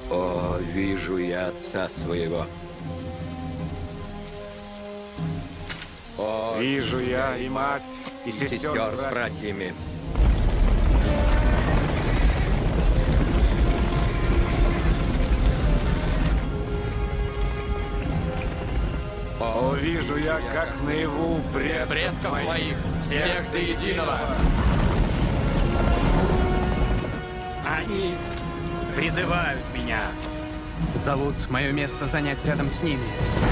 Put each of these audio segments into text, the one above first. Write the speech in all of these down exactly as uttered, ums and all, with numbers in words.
О, вижу я отца своего. О, вижу я и мать, и, и сестер, сестер с братьями. О, вижу я, как наяву пред... предков моих, всех до единого. Они призывают меня. Зовут мое место занять рядом с ними.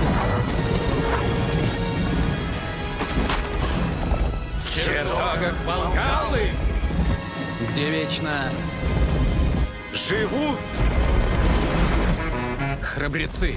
В чертогах Волгалы, где вечно живут храбрецы.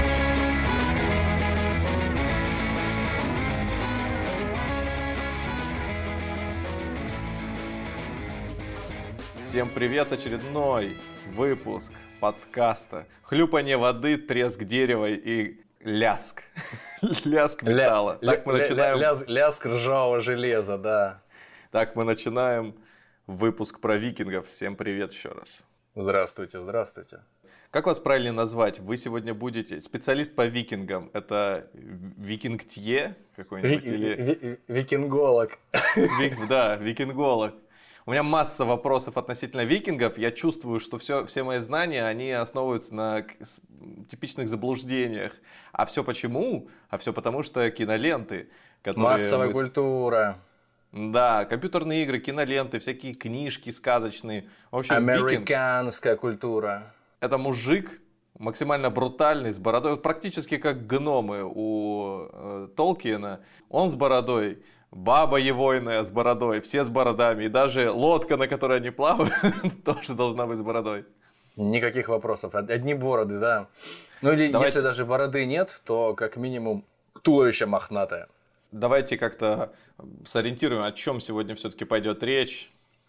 Всем привет! Очередной выпуск подкаста «Хлюпанье воды, треск дерева и ляск». Ляск металла. Ля, так мы ля, начинаем... ля, ляск, ляск ржавого железа, да. Так мы начинаем выпуск про викингов. Всем привет еще раз. Здравствуйте, здравствуйте. Как вас правильно назвать? Вы сегодня будете специалист по викингам. Это викингтье какой-нибудь? Ви, или... ви, викинголог. Вик, да, викинголог. У меня масса вопросов относительно викингов. Я чувствую, что все, все мои знания, они основываются на типичных заблуждениях. А все почему? А все потому, что киноленты, которые... Массовая мы... культура. Да, компьютерные игры, киноленты, всякие книжки сказочные. В общем, американская викинг... культура. Это мужик, максимально брутальный, с бородой. Вот практически как гномы у э, Толкиена. Он с бородой. Баба егойная с бородой, все с бородами. И даже лодка, на которой они плавают, тоже должна быть с бородой. Никаких вопросов. Одни бороды, да. Ну или Давайте... если даже бороды нет, то как минимум туловище мохнатое. Давайте как-то сориентируем, о чем сегодня все-таки пойдет речь.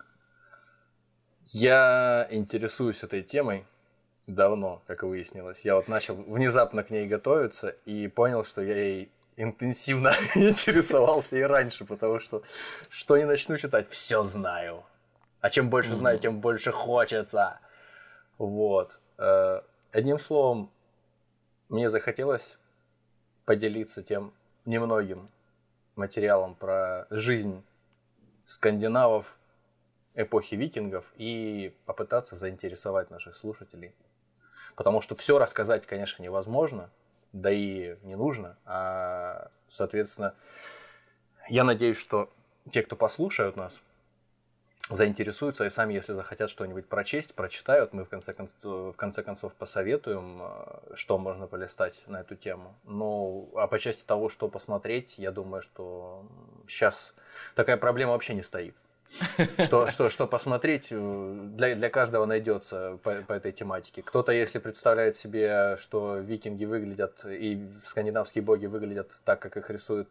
Я интересуюсь этой темой давно, как выяснилось. Я вот начал внезапно к ней готовиться и понял, что я ей... интенсивно интересовался и раньше, потому что что не начну читать, все знаю. А чем больше mm-hmm. знаю, тем больше хочется. Вот. Одним словом, мне захотелось поделиться тем немногим материалом про жизнь скандинавов эпохи викингов и попытаться заинтересовать наших слушателей. Потому что все рассказать, конечно, невозможно. Да и не нужно, а, соответственно, я надеюсь, что те, кто послушают нас, заинтересуются и сами, если захотят что-нибудь прочесть, прочитают. Мы в конце концов, в конце концов посоветуем, что можно полистать на эту тему. Ну, а по части того, что посмотреть, я думаю, что сейчас такая проблема вообще не стоит. Что, что, что посмотреть для, для каждого найдется по, по этой тематике. Кто-то, если представляет себе, что викинги выглядят и скандинавские боги выглядят так, как их рисует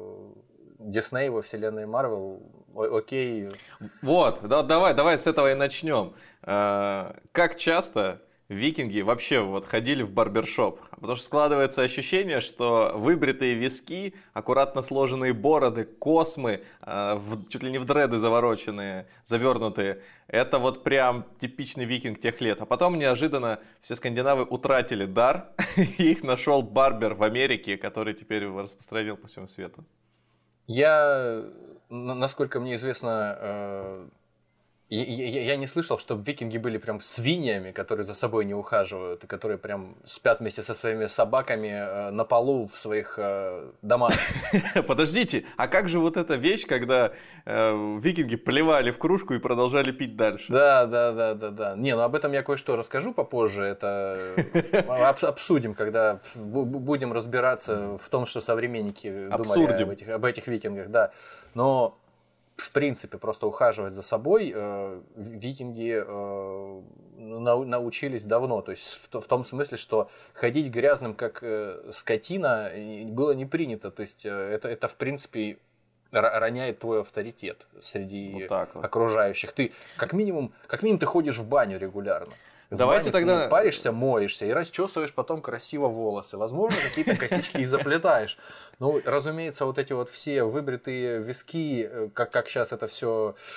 Дисней во вселенной Марвел, окей. Вот, да, давай, давай с этого и начнем. Как часто викинги вообще вот ходили в барбершоп? Потому что складывается ощущение, что выбритые виски, аккуратно сложенные бороды, космы, э, в, чуть ли не в дреды завороченные, завернутые, это вот прям типичный викинг тех лет. А потом неожиданно все скандинавы утратили дар, и их нашел барбер в Америке, который теперь распространил по всему свету. Я, насколько мне известно, э... Я, я, я не слышал, чтобы викинги были прям свиньями, которые за собой не ухаживают, и которые прям спят вместе со своими собаками э, на полу в своих э, домах. Подождите, а как же вот эта вещь, когда э, викинги плевали в кружку и продолжали пить дальше? Да, да, да, да, да. Не, ну об этом я кое-что расскажу попозже. Это обсудим, когда будем разбираться в том, что современники думали об этих, об этих викингах. Да. Но в принципе, просто ухаживать за собой э, викинги э, нау- научились давно. То есть в, в том смысле, что ходить грязным, как э, скотина, было не принято. То есть э, это, это, в принципе, р- роняет твой авторитет среди вот вот. окружающих. Ты, как минимум, как минимум, ты ходишь в баню регулярно. В Давайте бане тогда... Ты паришься, моешься и расчесываешь потом красиво волосы. Возможно, какие-то косички и заплетаешь. Ну, разумеется, вот эти вот все выбритые виски, как, как сейчас это все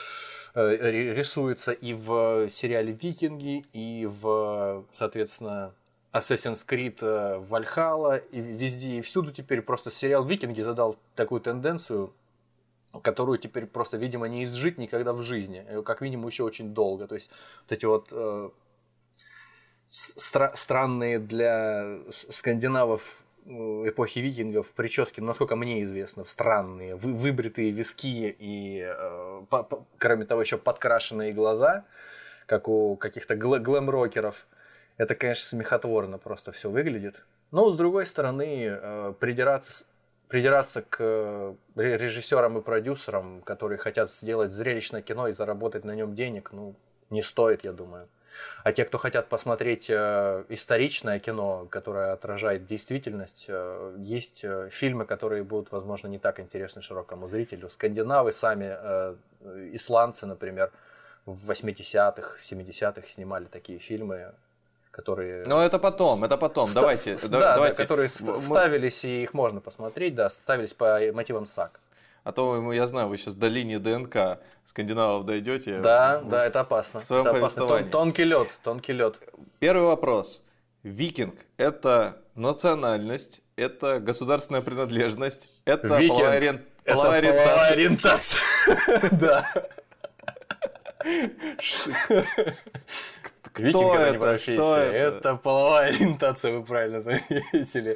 э, рисуется и в сериале «Викинги», и в, соответственно, Assassin's Creed Valhalla, и везде, и всюду теперь просто сериал «Викинги» задал такую тенденцию, которую теперь просто, видимо, не изжить никогда в жизни, как минимум еще очень долго. То есть вот эти вот э, стра- странные для скандинавов эпохи викингов прически, насколько мне известно, странные, вы- выбритые виски и, э, по- по- кроме того, еще подкрашенные глаза, как у каких-то гл- глэм-рокеров. Это, конечно, смехотворно просто все выглядит. Но, с другой стороны, э, придираться, придираться к режиссерам и продюсерам, которые хотят сделать зрелищное кино и заработать на нем денег, ну, не стоит, я думаю. А те, кто хотят посмотреть э, историчное кино, которое отражает действительность, э, есть э, фильмы, которые будут, возможно, не так интересны широкому зрителю. Скандинавы сами, э, исландцы, например, в восьмидесятых, в семидесятых снимали такие фильмы, которые... Но это потом, это потом. Ста- Давайте, с- да- да, давайте. да, которые М- ст- мы- ставились, и их можно посмотреть, да, ставились по мотивам САГ. А то, ему, я знаю, вы сейчас до линии ДНК скандинавов дойдете. Да, В- да, это опасно. в своем Это опасно. Тон- повествовании. тонкий лед, тонкий лед. Первый вопрос. Викинг – это национальность, это государственная принадлежность, это Викинг половая, орен- Это половая половая ориентация. ориентация. Да. Викинг это не это? профессия, Что это? это половая ориентация, вы правильно заметили.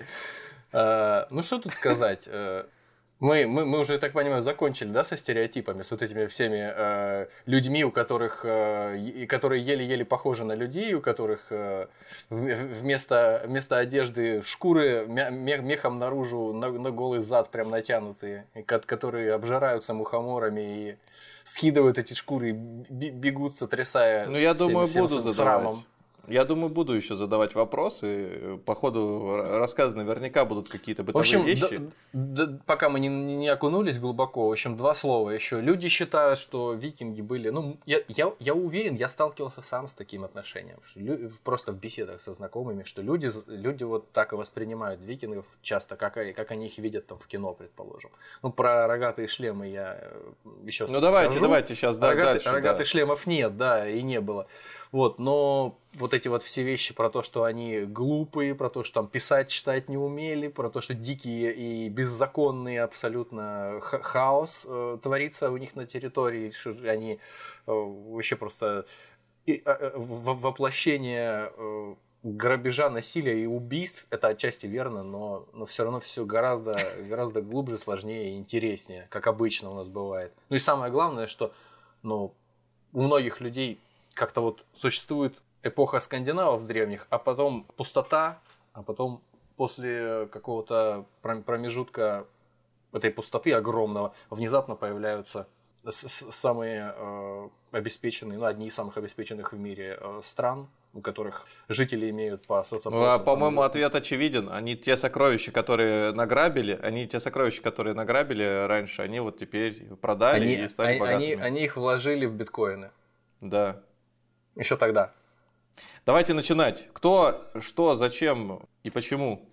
А, Ну что тут сказать? Э, Мы, мы, мы уже, я так понимаю, закончили, да, со стереотипами, с вот этими всеми э, людьми, у которых, э, и- которые еле-еле похожи на людей, у которых э, в- вместо, вместо одежды шкуры мя- ме- мехом наружу на, на голый зад прям натянутые, и ко- которые обжираются мухоморами и скидывают эти шкуры, и би- бегут, сотрясая Ну, я всем- думаю, всем буду с- задавать. срамом. Я думаю, буду еще задавать вопросы. По ходу р- рассказа наверняка будут какие-то В бытовые общем, вещи. д- д- пока мы не, не не окунулись глубоко, в общем, два слова еще. Люди считают, что викинги были... Ну, я, я, я уверен, я сталкивался сам с таким отношением. Что лю- просто в беседах со знакомыми, что люди, з- люди вот так и воспринимают викингов часто, как, и- как они их видят там в кино, предположим. Ну, про рогатые шлемы я еще Ну, давайте, давайте сейчас да, Рогатый- дальше. да. рогатых шлемов нет, да, и не было. Вот, но вот эти вот все вещи про то, что они глупые, про то, что там писать, читать не умели, про то, что дикие и беззаконные абсолютно ха- хаос э, творится у них на территории, что они э, вообще просто и, э, э, в- воплощение э, грабежа, насилия и убийств, это отчасти верно, но, но все равно все гораздо, гораздо глубже, сложнее и интереснее, как обычно у нас бывает. Ну и самое главное, что ну, у многих людей как-то вот существует эпоха скандинавов древних, а потом пустота, а потом после какого-то пром- промежутка этой пустоты огромного внезапно появляются с- с- самые э, обеспеченные, ну, одни из самых обеспеченных в мире э, стран, у которых жители имеют по Ну, а, соцопросам. по-моему, ответ очевиден. Они те сокровища, которые награбили, они те сокровища, которые награбили раньше, они вот теперь продали они, и стали они, богатыми. они, они их вложили в биткоины. Да. Еще тогда. Давайте начинать. Кто, что, зачем и почему?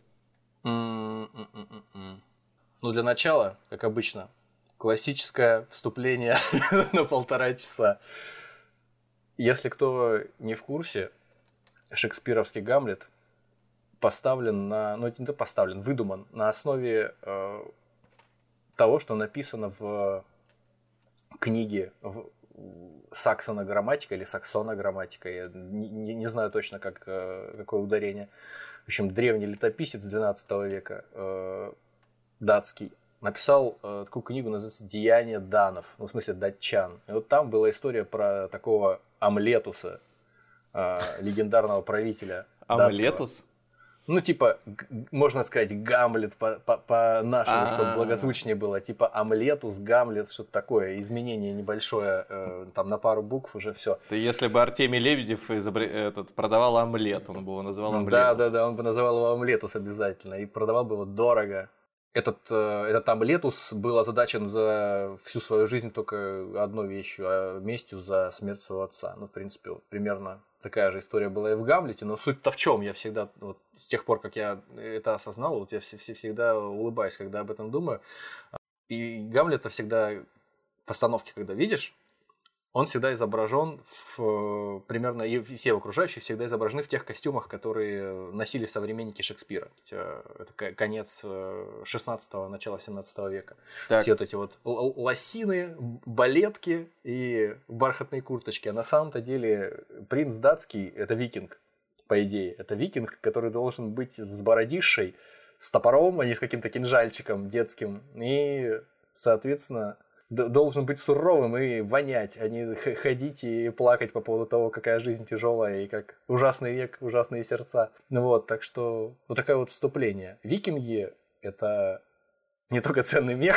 М-м-м-м-м. Ну, для начала, как обычно, классическое вступление на полтора часа. Если кто не в курсе, шекспировский Гамлет поставлен на... Ну, не то поставлен, выдуман на основе э, того, что написано в книге в Саксона грамматика или Саксона грамматика, я не, не- не знаю точно, как, э, какое ударение. В общем, древний летописец двенадцатого века, э, датский, написал э, такую книгу, называется «Деяния данов», ну, в смысле датчан. И вот там была история про такого Амлетуса, э, легендарного правителя датского. Амлетус? Ну, типа, г- можно сказать, Гамлет по- по- по-нашему, чтобы А-а-а. благозвучнее было. Типа Амлетус, Гамлет, что-то такое. Изменение небольшое, э, там на пару букв уже все. Это если бы Артемий Лебедев изобре- этот, продавал омлет, он бы его называл омлетус. Да, да, да, он бы называл его Амлетус обязательно. И продавал бы его дорого. Этот, э, этот Амлетус был озадачен за всю свою жизнь только одной вещью, а местью за смерть своего отца. Ну, в принципе, вот примерно такая же история была и в Гамлете, но суть-то в чем? Я всегда, вот, с тех пор, как я это осознал, вот я все, все, всегда улыбаюсь, когда об этом думаю. И Гамлета всегда, постановки, когда видишь, он всегда изображен в, примерно, и все окружающие всегда изображены в тех костюмах, которые носили современники Шекспира. Это конец шестнадцатого, начало семнадцатого века. Так. Все вот эти вот лосины, балетки и бархатные курточки. А на самом-то деле принц датский – это викинг, по идее. Это викинг, который должен быть с бородищей, с топором, а не с каким-то кинжальчиком детским. И, соответственно... должен быть суровым и вонять, а не ходить и плакать по поводу того, какая жизнь тяжелая и как ужасный век, ужасные сердца. Ну вот, так что вот такое вот вступление. Викинги — это не только ценный мех,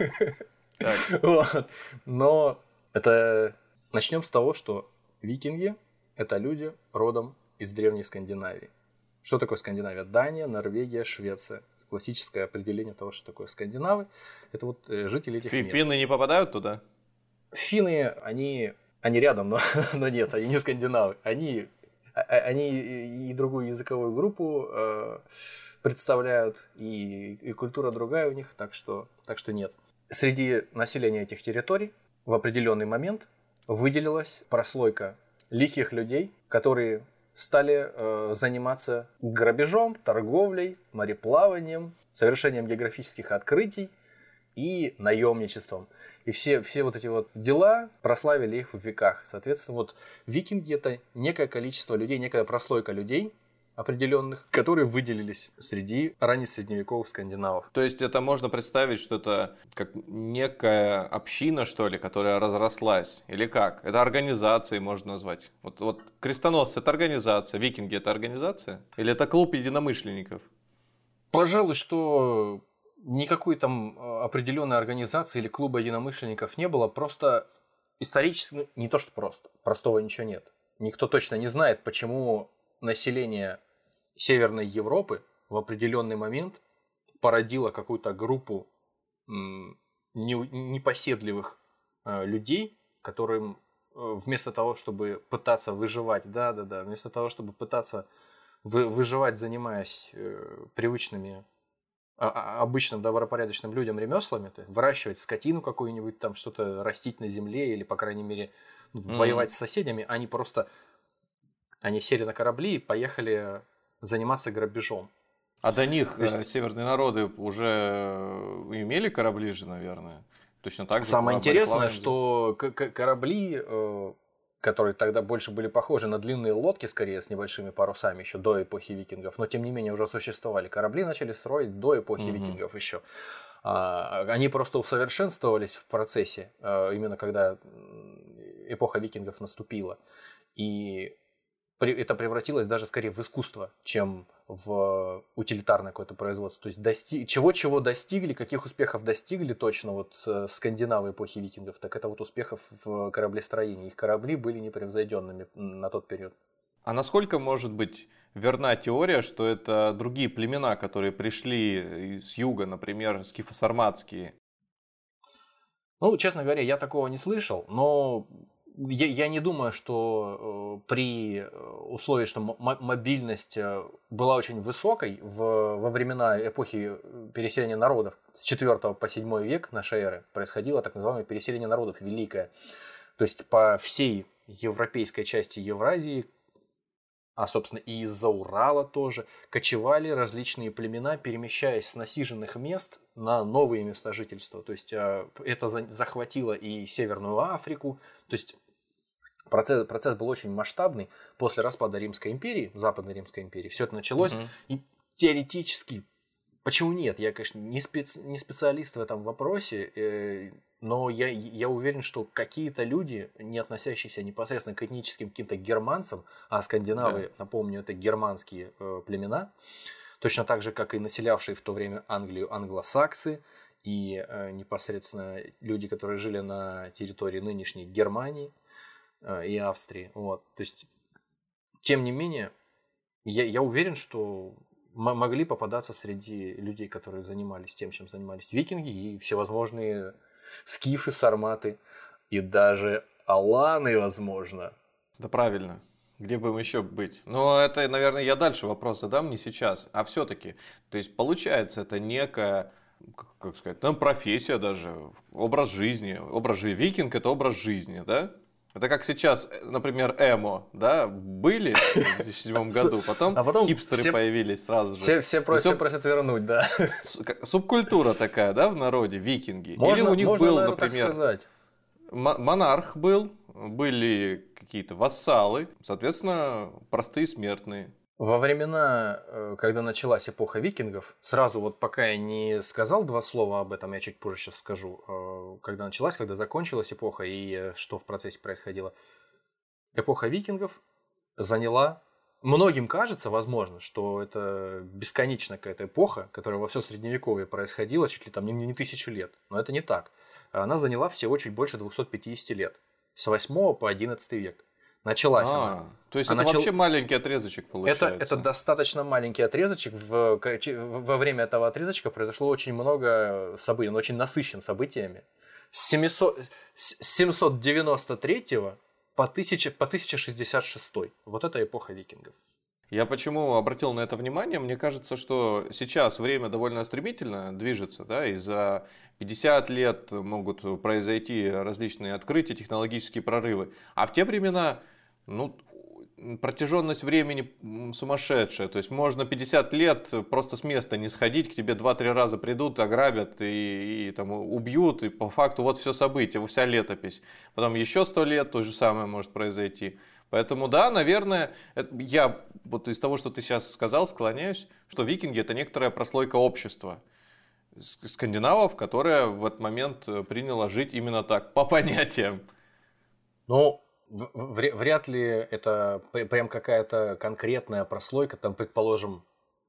вот, но это... Начнем с того, что викинги — это люди родом из древней Скандинавии. Что такое Скандинавия? Дания, Норвегия, Швеция. Классическое определение того, что такое скандинавы, это вот жители этих мест. Финны не попадают туда? Финны, они, они рядом, но, но нет, они не скандинавы. Они, они и другую языковую группу э, представляют, и, и культура другая у них, так что, так что нет. Среди населения этих территорий в определенный момент выделилась прослойка лихих людей, которые... стали э, заниматься грабежом, торговлей, мореплаванием, совершением географических открытий и наемничеством. И все, все вот эти вот дела прославили их в веках. Соответственно, вот викинги — это некое количество людей, некая прослойка людей определенных, которые выделились среди раннесредневековых скандинавов. То есть это можно представить, что это как некая община, что ли, которая разрослась? Или как? Это организацией можно назвать? Вот, вот крестоносцы — это организация, викинги — это организация? Или это клуб единомышленников? Пожалуй, что никакой там определенной организации или клуба единомышленников не было. Просто исторически, не то что просто, простого ничего нет. Никто точно не знает, почему население Северной Европы в определенный момент породило какую-то группу м, непоседливых э, людей, которым э, вместо того, чтобы пытаться выживать, да-да-да, вместо того, чтобы пытаться вы, выживать, занимаясь э, привычными, а, обычным добропорядочным людям ремеслами, то есть выращивать скотину какую-нибудь, там что-то растить на земле или, по крайней мере, mm-hmm. воевать с соседями, они просто они сели на корабли и поехали заниматься грабежом. А до них есть... северные народы уже имели корабли же, наверное. Точно так же. Самое интересное, что корабли, которые тогда больше были похожи на длинные лодки, скорее, с небольшими парусами, еще до эпохи викингов, но тем не менее уже существовали. Корабли начали строить до эпохи mm-hmm. викингов еще. Они просто усовершенствовались в процессе, именно когда эпоха викингов наступила. И это превратилось даже скорее в искусство, чем в утилитарное какое-то производство. То есть достиг... чего-чего достигли, каких успехов достигли точно вот скандинавы эпохи викингов, так это вот успехов в кораблестроении. Их корабли были непревзойденными на тот период. А насколько может быть верна теория, что это другие племена, которые пришли с юга, например, скифо-сарматские? Ну, честно говоря, я такого не слышал, но... Я, я не думаю, что э, при условии, что м- мобильность была очень высокой в, во времена эпохи переселения народов с четвёртого по седьмой век нашей эры происходило так называемое переселение народов великое. То есть по всей европейской части Евразии, а собственно и из-за Урала тоже, кочевали различные племена, перемещаясь с насиженных мест на новые места жительства. То есть э, это за- захватило и Северную Африку, то есть Процесс, процесс был очень масштабный. После распада Римской империи, Западной Римской империи, все это началось. Uh-huh. И теоретически, почему нет? Я, конечно, не, специ, не специалист в этом вопросе, э, но я, я уверен, что какие-то люди, не относящиеся непосредственно к этническим каким-то германцам, а скандинавы, yeah. напомню, это германские э, племена, точно так же, как и населявшие в то время Англию англосаксы, и э, непосредственно люди, которые жили на территории нынешней Германии и Австрии. Вот. То есть, тем не менее, я, я уверен, что м- могли попадаться среди людей, которые занимались тем, чем занимались викинги, и всевозможные скифы, сарматы, и даже аланы, возможно. Да правильно. Где бы им еще быть? Но это, наверное, я дальше вопрос задам, не сейчас, а все-таки. То есть, получается, это некая, как сказать, там профессия даже, образ жизни. Образ жизни. Викинг – это образ жизни, да? Это как сейчас, например, эмо, да, были в две тысячи седьмом году, потом, А потом хипстеры все- появились сразу же. Все, все, просят, Всё- все просят вернуть, да. С- как- Субкультура такая, да, в народе, викинги. Можно, Или у них можно, был, наверное, так например, сказать. мо- монарх был, были какие-то вассалы, соответственно, простые смертные. Во времена, э, когда началась эпоха викингов, сразу вот пока я не сказал два слова об этом, я чуть позже сейчас скажу, э, когда началась, когда закончилась эпоха и э, что в процессе происходило. Эпоха викингов заняла... Многим кажется, возможно, что это бесконечная какая-то эпоха, которая во все средневековье происходила чуть ли там не, не тысячу лет. Но это не так. Она заняла всего чуть больше двухсот пятидесяти лет. С восьмого по одиннадцатый век. Началась А, она. то есть А это начал- вообще маленький отрезочек получается. Это, это достаточно маленький отрезочек. В, во время этого отрезочка произошло очень много событий. Он очень насыщен событиями. С, семисот, с семьсот девяносто третьего по, тысяча, по тысяча шестьдесят шестой. Вот это эпоха викингов. Я почему обратил на это внимание? Мне кажется, что сейчас время довольно стремительно движется, да, и за пятьдесят лет могут произойти различные открытия, технологические прорывы. А в те времена, ну, протяженность времени м, сумасшедшая. То есть можно пятьдесят лет просто с места не сходить, к тебе два-три раза придут, ограбят и, и там убьют, и по факту вот все событие, вся летопись. Потом еще сто лет то же самое может произойти. Поэтому да, наверное, это, я вот из того, что ты сейчас сказал, склоняюсь, что викинги это некоторая прослойка общества с- скандинавов, которая в этот момент приняла жить именно так, по понятиям. Ну, в- вря- вряд ли это пр- прям какая-то конкретная прослойка, там, предположим,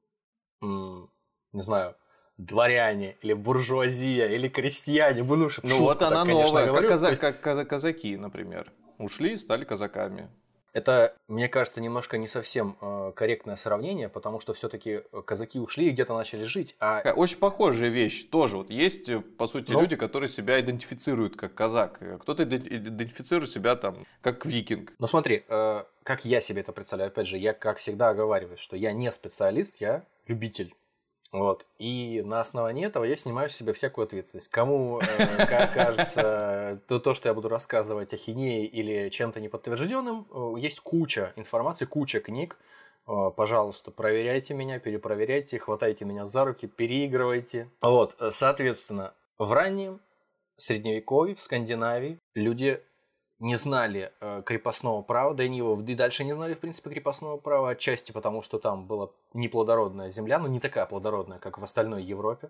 м, не знаю, дворяне или буржуазия или крестьяне. Ну, ну, в Ну шутку вот так, она конечно, новая, как, говорю. каза- То есть как каза- казаки, например. Ушли и стали казаками. Это, мне кажется, немножко не совсем э, корректное сравнение, потому что все-таки казаки ушли и где-то начали жить, а Такая очень похожая вещь тоже. Вот есть, по сути, Ну. люди, которые себя идентифицируют как казак. а Кто-то иде- идентифицирует себя там как викинг. Ну смотри, э, как я себе это представляю, опять же, я как всегда оговариваюсь, что я не специалист, я любитель. Вот. И на основании этого я снимаю с себя всякую ответственность. Кому э, ка- кажется то, то, что я буду рассказывать ахинеей или чем-то неподтвержденным, э, есть куча информации, куча книг. Э, пожалуйста, проверяйте меня, перепроверяйте, хватайте меня за руки, переигрывайте. Вот, э, соответственно, в раннем средневековье, в Скандинавии, люди не знали э, крепостного права, да и, не его, и дальше не знали, в принципе, крепостного права, отчасти потому, что там была неплодородная земля, но не такая плодородная, как в остальной Европе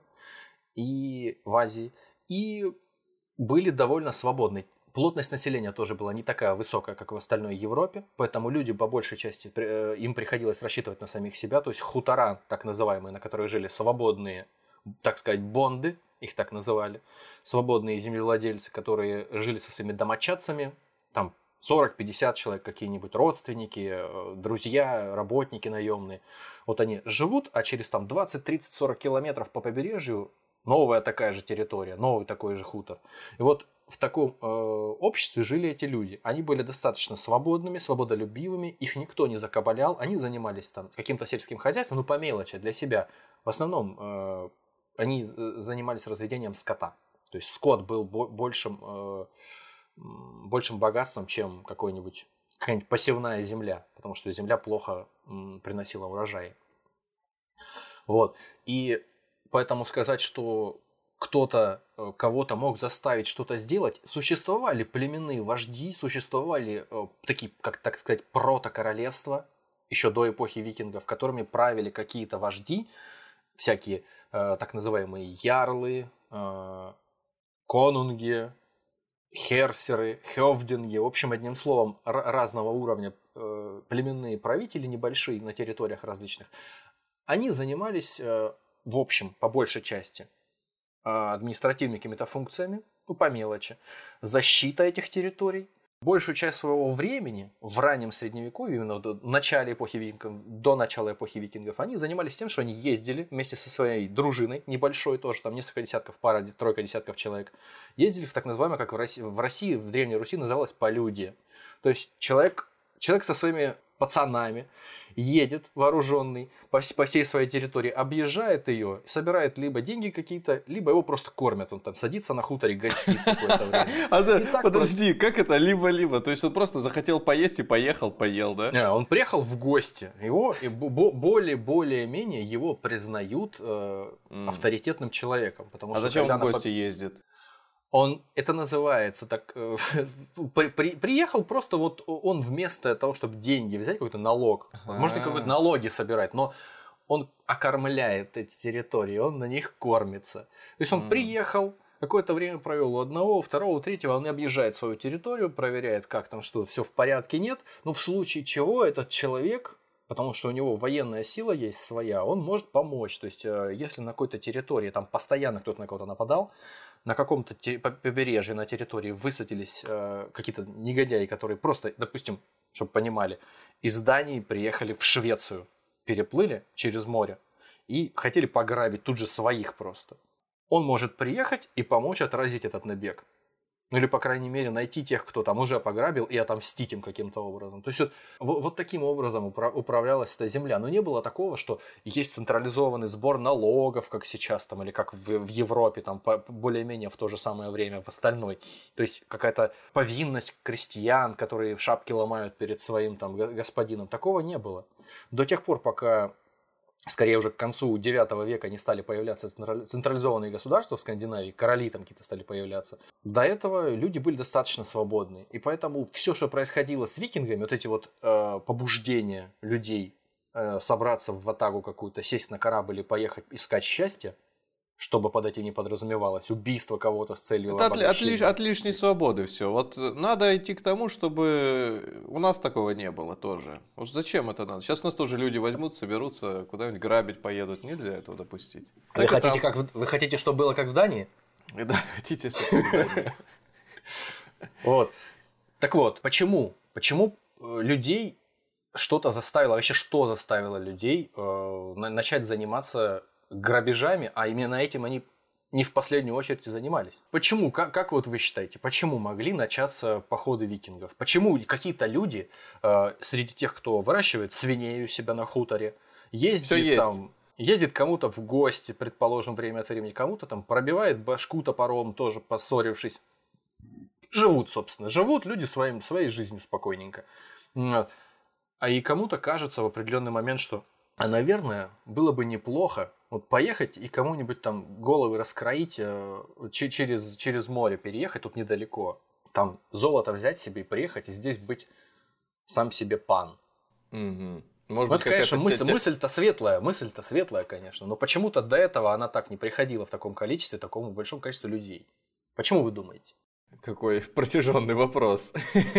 и в Азии, и были довольно свободны. Плотность населения тоже была не такая высокая, как в остальной Европе, поэтому люди по большей части, э, им приходилось рассчитывать на самих себя, то есть хутора, так называемые, на которых жили свободные, так сказать, бонды, их так называли, свободные землевладельцы, которые жили со своими домочадцами, там сорок-пятьдесят человек, какие-нибудь родственники, э, друзья, работники наемные. Вот они живут, а через там двадцать, тридцать, сорок километров по побережью новая такая же территория, новый такой же хутор. И вот в таком э, обществе жили эти люди. Они были достаточно свободными, свободолюбивыми, их никто не закабалял, они занимались там каким-то сельским хозяйством, ну по мелочи, для себя. В основном э, они занимались разведением скота. То есть скот был большим, э, большим богатством, чем какой-нибудь, какая-нибудь посевная земля, потому что земля плохо м, приносила урожай. Вот. И поэтому сказать, что кто-то кого-то мог заставить что-то сделать, существовали племенные вожди, существовали э, такие, как так сказать, протокоролевства, еще до эпохи викингов, которыми правили какие-то вожди, всякие э, так называемые ярлы, э, конунги, херсеры, хевдинги, в общем, одним словом, р- разного уровня э, племенные правители небольшие на территориях различных, они занимались, э, в общем, по большей части, э, административными какими-то функциями, ну, по мелочи, защита этих территорий. Большую часть своего времени в раннем средневековье, именно в начале эпохи викингов, до начала эпохи викингов, они занимались тем, что они ездили вместе со своей дружиной, небольшой тоже, там несколько десятков, пара, тройка десятков человек, ездили в так называемое, как в России, в России, в Древней Руси называлось полюдье. То есть человек, человек со своими пацанами, едет вооруженный по, по всей своей территории, объезжает ее, собирает либо деньги какие-то, либо его просто кормят. Он там садится на хуторе, гостит какое-то время. А да, подожди, как это либо-либо? То есть он просто захотел поесть и поехал, поел, да? Не, он приехал в гости. Его более-более-менее его признают э, М. авторитетным человеком. Потому А что зачем когда он в на гости ездит? Он, это называется так, э, при- при- приехал просто вот он вместо того, чтобы деньги взять, какой-то налог, возможно, А. какой-то налоги собирать, но он окормляет эти территории, он на них кормится. То есть он М. приехал, какое-то время провел у одного, у второго, у третьего, он объезжает свою территорию, проверяет, как там, что все в порядке, нет, но в случае чего этот человек, потому что у него военная сила есть своя, он может помочь. То есть, э, если на какой-то территории там постоянно кто-то на кого-то нападал, на каком-то те- по- побережье, на территории высадились э, какие-то негодяи, которые просто, допустим, чтобы понимали, из Дании приехали в Швецию, переплыли через море и хотели пограбить тут же своих просто. Он может приехать и помочь отразить этот набег. Ну или, по крайней мере, найти тех, кто там уже пограбил, и отомстить им каким-то образом. То есть вот, вот, вот таким образом упра- управлялась эта земля. Но не было такого, что есть централизованный сбор налогов, как сейчас, там, или как в, в Европе, там, по- более-менее в то же самое время в остальной. То есть какая-то повинность крестьян, которые шапки ломают перед своим там, го- господином. Такого не было. До тех пор, пока... Скорее уже к концу девятого века не стали появляться централи- централизованные государства в Скандинавии, короли там какие-то стали появляться. До этого люди были достаточно свободны. И поэтому все, что происходило с викингами, вот эти вот э, побуждения людей э, собраться в ватагу какую-то, сесть на корабль и поехать искать счастье, чтобы под этим не подразумевалось убийство кого-то с целью Это от, ли- от обогащения. лиш- от лишней свободы все. Вот э, надо идти к тому, чтобы у нас такого не было тоже. Вот зачем это надо? Сейчас у нас тоже люди возьмут, соберутся, куда-нибудь грабить поедут. Нельзя этого допустить. Вы Так и хотите, там. как в- вы хотите, чтобы было как в Дании? Да, хотите, чтобы... Вот. Так вот, почему? Почему э, людей что-то заставило, вообще что заставило людей э, на- начать заниматься грабежами, а именно этим они не в последнюю очередь и занимались? Почему? Как, как вот вы считаете, почему могли начаться походы викингов? Почему какие-то люди э, среди тех, кто выращивает свиней у себя на хуторе, ездит Всё есть. там, ездит кому-то в гости, предположим, время от времени, кому-то там пробивает башку топором, тоже поссорившись, живут, собственно, живут люди своим, своей жизнью спокойненько. Вот. А и кому-то кажется в определенный момент, что, а, наверное, было бы неплохо вот поехать и кому-нибудь там головы раскроить, э, че- через, через море переехать, тут недалеко. Там золото взять себе и приехать, и здесь быть сам себе пан. Мгм. Может Ну, быть, это, конечно, какая-то мысль, те- те- мысль-то светлая, мысль-то светлая, конечно, но почему-то до этого она так не приходила в таком количестве, такому большому количеству людей. Почему вы думаете? Какой протяженный вопрос.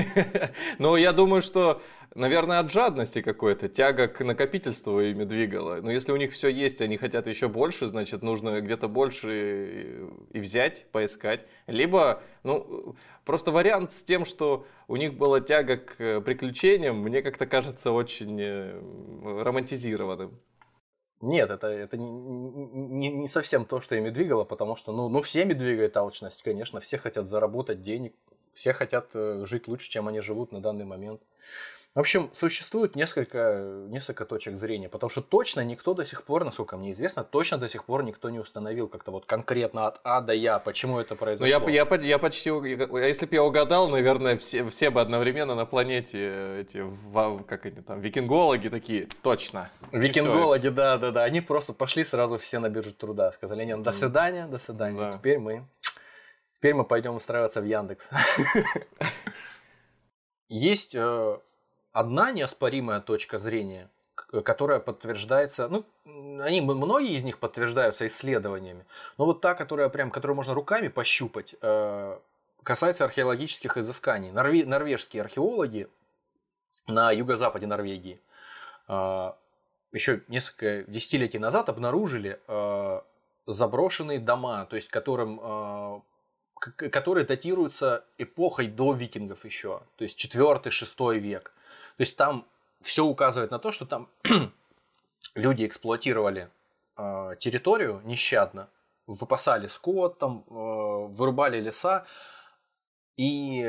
Ну, я думаю, что, наверное, от жадности какой-то, тяга к накопительству ими двигала. Но если у них все есть, они хотят еще больше, значит, нужно где-то больше и взять, поискать. Либо, ну, просто вариант с тем, что у них была тяга к приключениям, мне как-то кажется очень э, романтизированным. Нет, это, это не, не, не совсем то, что ими двигало, потому что, ну, ну, всеми двигает алчность, конечно, все хотят заработать денег, все хотят э, жить лучше, чем они живут на данный момент. В общем, существует несколько, несколько точек зрения, потому что точно никто до сих пор, насколько мне известно, точно до сих пор никто не установил как-то вот конкретно от А до Я, почему это Ну, произошло. я, я, по- я почти, уг- а если бы я угадал, наверное, все, все бы одновременно на планете э, эти, ва- как они там, викингологи такие, точно. И всё. Викингологи, да, да, да, они просто пошли сразу все на биржу труда, сказали, нет, до свидания, до свидания, Да. теперь мы, теперь мы пойдем устраиваться в Яндекс. Есть э, одна неоспоримая точка зрения, к- которая подтверждается, ну, они, многие из них подтверждаются исследованиями, но вот та, которая прям, которую можно руками пощупать, э, касается археологических изысканий. Норве- норвежские археологи на юго-западе Норвегии э, еще несколько десятилетий назад обнаружили э, заброшенные дома, то есть которым, э, к- которые датируются эпохой до викингов еще, то есть четвёртый-шестой век. То есть там все указывает на то, что там люди эксплуатировали э, территорию нещадно, выпасали скот, там, э, вырубали леса, и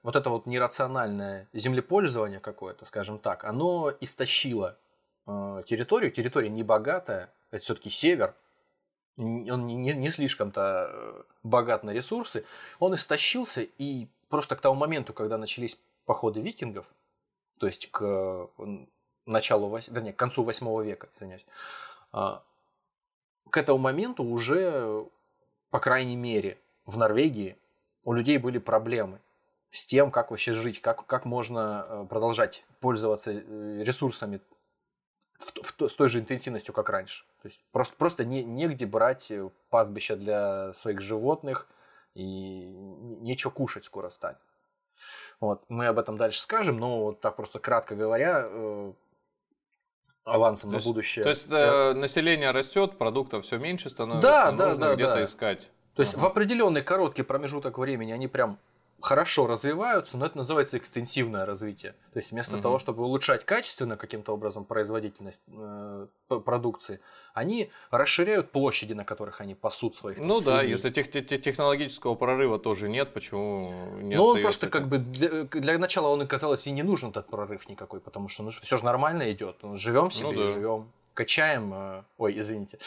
вот это вот нерациональное землепользование какое-то, скажем так, оно истощило э, территорию. Территория небогатая, это все-таки север, он не, не, не слишком-то богат на ресурсы. Он истощился, и просто к тому моменту, когда начались походы викингов, то есть к началу, вернее, к концу восьмого века, извиняюсь, э, к этому моменту уже, по крайней мере, в Норвегии у людей были проблемы с тем, как вообще жить, как, как можно продолжать пользоваться ресурсами в, в, с той же интенсивностью, как раньше. То есть просто, просто не, негде брать пастбища для своих животных, и нечего кушать скоро станет. Вот. Мы об этом дальше скажем, но вот так просто кратко говоря, э, авансом то на есть, будущее. То есть э, население растет, продуктов все меньше становится, да, нужно да, да, где-то да. искать. То есть ага. в определенный короткий промежуток времени они прям хорошо развиваются, но это называется экстенсивное развитие. То есть вместо угу. того, чтобы улучшать качественно каким-то образом производительность э, продукции, они расширяют площади, на которых они пасут своих. Ну свиней. да, если тех, тех, технологического прорыва тоже нет, почему не Ну он остается просто это? как бы для, для начала он, казалось, и не нужен этот прорыв никакой, потому что ну, все же нормально идет. Живем себе, ну, да. живем, качаем. Э, ой, извините.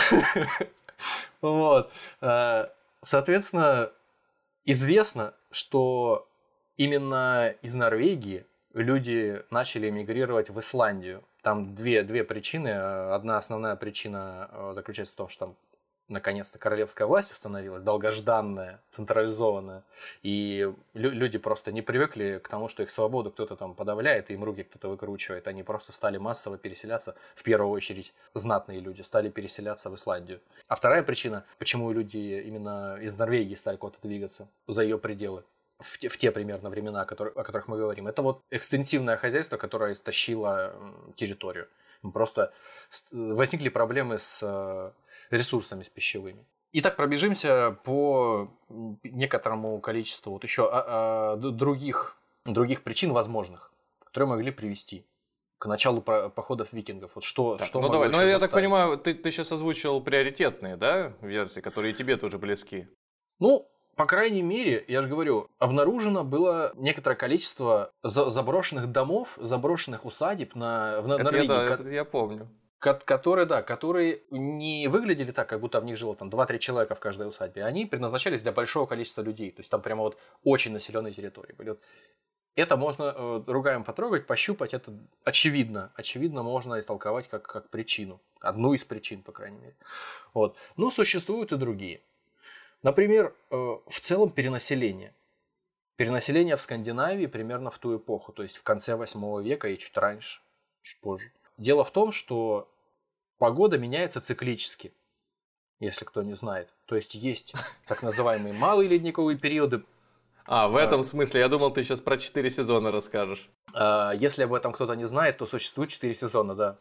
Вот. Соответственно, известно, что именно из Норвегии люди начали эмигрировать в Исландию. Там две, две причины. Одна основная причина заключается в том, что там наконец-то королевская власть установилась, долгожданная, централизованная. И лю- люди просто не привыкли к тому, что их свободу кто-то там подавляет, и им руки кто-то выкручивает. Они просто стали массово переселяться, в первую очередь знатные люди, стали переселяться в Исландию. А вторая причина, почему люди именно из Норвегии стали куда-то двигаться за ее пределы, в те, в те примерно времена, о которых, о которых мы говорим, это вот экстенсивное хозяйство, которое истощило территорию. Просто возникли проблемы с ресурсами, с пищевыми. Итак, пробежимся по некоторому количеству вот еще а, а, других, других причин возможных, которые могли привести к началу походов викингов. Вот что, так, что ну давай, ну я заставить? так понимаю, ты, ты сейчас озвучил приоритетные, да, версии, которые тебе тоже близки. Ну, по крайней мере, я же говорю, обнаружено было некоторое количество за- заброшенных домов, заброшенных усадеб на, в Это Норвегии. я, да, ко- это я помню. ко- которые, да, которые не выглядели так, как будто в них жило там два-три человека в каждой усадьбе. Они предназначались для большого количества людей. То есть там прямо вот очень населенные территории были. Вот это можно э, руками потрогать, пощупать. Это очевидно. Очевидно можно истолковать как, как причину. Одну из причин, по крайней мере. Вот. Но существуют и другие. Например, э, в целом перенаселение. Перенаселение в Скандинавии примерно в ту эпоху. То есть в конце восьмого века и чуть раньше, чуть позже. Дело в том, что погода меняется циклически, если кто не знает. То есть есть так называемые малые ледниковые периоды. А, в этом смысле, я думал, ты сейчас про четыре сезона расскажешь. Если об этом кто-то не знает, то существует четыре сезона, да.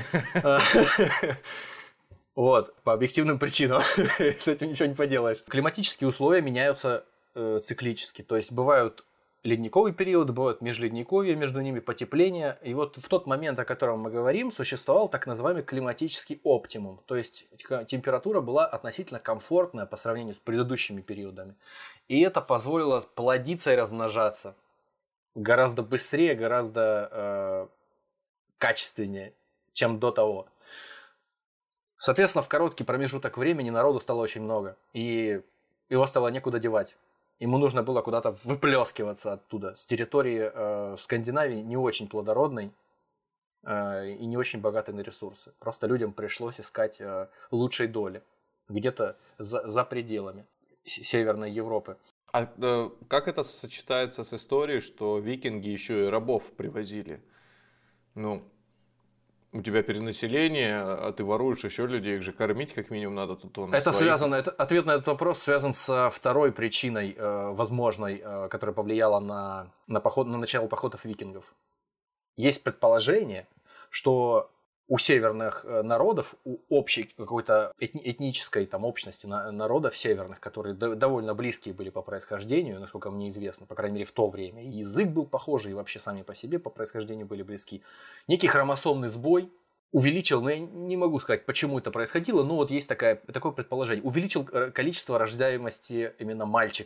Вот, по объективным причинам. С этим ничего не поделаешь. Климатические условия меняются циклически. То есть бывают ледниковый период, бывают межледниковья, между ними потепление. И вот в тот момент, о котором мы говорим, существовал так называемый климатический оптимум. То есть температура была относительно комфортная по сравнению с предыдущими периодами. И это позволило плодиться и размножаться гораздо быстрее, гораздо э, качественнее, чем до того. Соответственно, в короткий промежуток времени народу стало очень много. И его стало некуда девать. Ему нужно было куда-то выплескиваться оттуда, с территории э, Скандинавии не очень плодородной э, и не очень богатой на ресурсы. Просто людям пришлось искать э, лучшей доли где-то за, за пределами Северной Европы. А э, как это сочетается с историей, что викинги еще и рабов привозили? Ну, у тебя перенаселение, а ты воруешь еще людей, их же кормить как минимум надо тут. Он это своих... связано, это, ответ на этот вопрос связан со второй причиной э, возможной, э, которая повлияла на, на, поход, на начало походов викингов. Есть предположение, что у северных народов, у общей какой-то этни, этнической там, общности на, народов северных, которые до, довольно близкие были по происхождению, насколько мне известно, по крайней мере в то время, и язык был похожий, и вообще сами по себе по происхождению были близки. Некий хромосомный сбой увеличил, но я не могу сказать, почему это происходило, но вот есть такая, такое предположение, увеличил количество рождаемости именно мальчиков.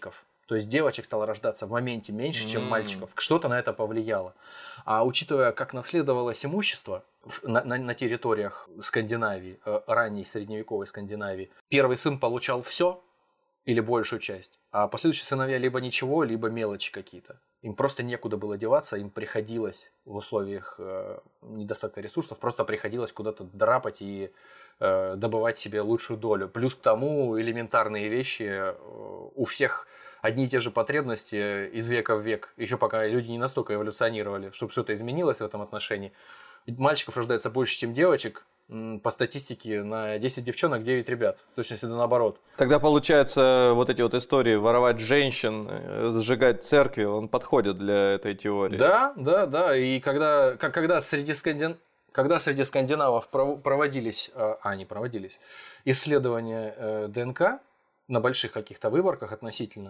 То есть девочек стало рождаться в моменте меньше, чем М. мальчиков. Что-то на это повлияло. А учитывая, как наследовалось имущество в- на, на- на территориях Скандинавии, э, ранней средневековой Скандинавии, первый сын получал все или большую часть, а последующие сыновья либо ничего, либо мелочи какие-то. Им просто некуда было деваться, им приходилось в условиях э, недостатка ресурсов, просто приходилось куда-то драпать и э, добывать себе лучшую долю. Плюс к тому элементарные вещи, э, у всех одни и те же потребности из века в век, еще пока люди не настолько эволюционировали, чтобы что-то изменилось в этом отношении. Мальчиков рождается больше, чем девочек. М, По статистике на десять девчонок девять ребят. В точности да наоборот. Тогда, получается, вот эти вот истории воровать женщин, э, сжигать церкви, он подходит для этой теории. Да, да, да. И когда, как, когда, среди, скандин... когда среди скандинавов пров- проводились, а, а, не проводились, исследования э, ДНК на больших каких-то выборках относительно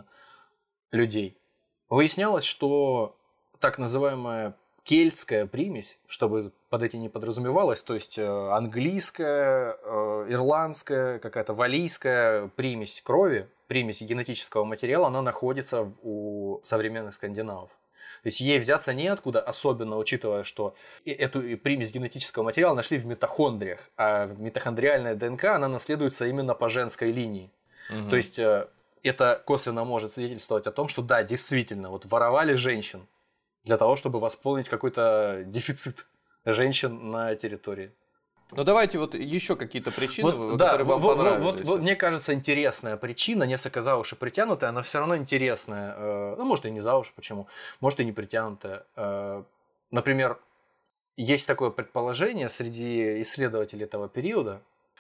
людей, выяснялось, что так называемая кельтская примесь, чтобы под этим не подразумевалось, то есть э, английская, э, ирландская, какая-то валлийская примесь крови, примесь генетического материала, она находится у современных скандинавов. То есть ей взяться неоткуда, особенно учитывая, что и- эту примесь генетического материала нашли в митохондриях, а митохондриальная ДНК, она наследуется именно по женской линии. Мгм. То есть э, это косвенно может свидетельствовать о том, что да, действительно, вот воровали женщин для того, чтобы восполнить какой-то дефицит женщин на территории. Ну давайте вот еще какие-то причины, Вот, которые да, вам вот, вот- понравились. вот- вот мне кажется, интересная причина, несколько за уши притянутая, но все равно интересная. Э, Ну, может, и не за уши, почему? Может, и не притянутая. Э, Например, есть такое предположение среди исследователей этого периода,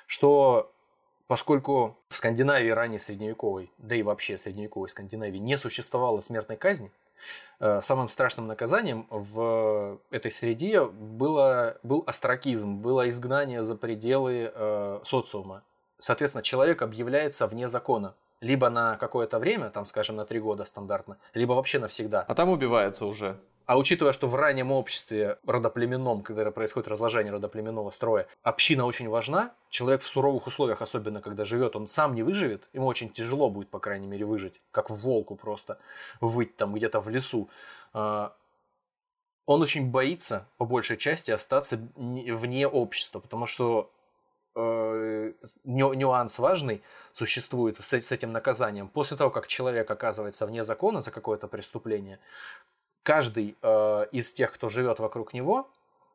что поскольку в Скандинавии ранней средневековой, да и вообще средневековой Скандинавии не существовало смертной казни, э, самым страшным наказанием в этой среде было, был остракизм, было изгнание за пределы э, социума. Соответственно, человек объявляется вне закона. Либо на какое-то время, там, скажем, на три года стандартно, либо вообще навсегда. А там убивается уже. А учитывая, что в раннем обществе родоплеменном, когда происходит разложение родоплеменного строя, община очень важна, человек в суровых условиях, особенно когда живет, он сам не выживет, ему очень тяжело будет, по крайней мере, выжить, как волку просто выть там где-то в лесу. А, Он очень боится, по большей части, остаться не- вне общества, потому что э, ню- нюанс важный существует с, с этим наказанием. После того, как человек оказывается вне закона за какое-то преступление, каждый э, из тех, кто живет вокруг него,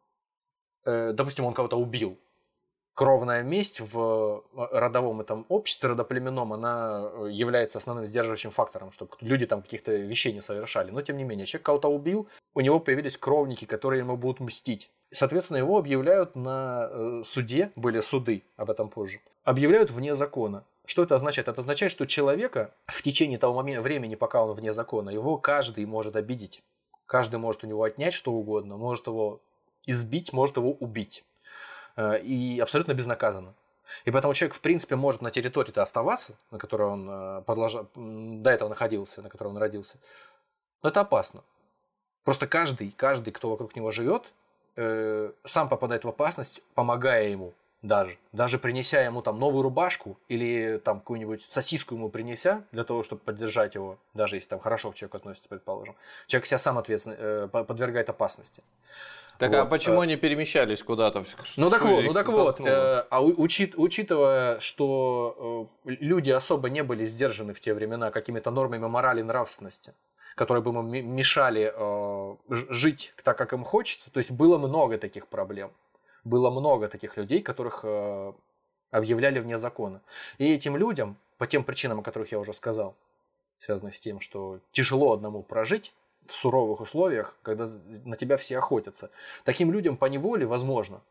э, допустим, он кого-то убил, кровная месть в родовом этом обществе, родоплеменном, она является основным сдерживающим фактором, чтобы люди там каких-то вещей не совершали. Но, тем не менее, человек кого-то убил, у него появились кровники, которые ему будут мстить. Соответственно, его объявляют на э, суде, были суды, об этом позже, объявляют вне закона. Что это означает? Это означает, что человека в течение того момента, времени, пока он вне закона, его каждый может обидеть. Каждый может у него отнять что угодно, может его избить, может его убить. Э, И абсолютно безнаказанно. И поэтому человек, в принципе, может на территории-то оставаться, на которой он э, подлажа... м, до этого находился, на которой он родился. Но это опасно. Просто каждый, каждый, кто вокруг него живет, э, сам попадает в опасность, помогая ему даже. Даже принеся ему там новую рубашку или там какую-нибудь сосиску ему принеся, для того, чтобы поддержать его, даже если там хорошо к человеку относится, предположим. Человек себя сам ответственно э, по- подвергает опасности. Так а Вот, почему э, они перемещались куда-то? Ну так Что вот, их ну так вот, толкнуло? э, а у- учит- учитывая, что э, люди особо не были сдержаны в те времена какими-то нормами морали и нравственности, которые бы им м- мешали э, ж- жить так, как им хочется, то есть было много таких проблем, было много таких людей, которых э, объявляли вне закона. И этим людям, по тем причинам, о которых я уже сказал, связанных с тем, что тяжело одному прожить в суровых условиях, когда на тебя все охотятся, таким людям поневоле, возможно,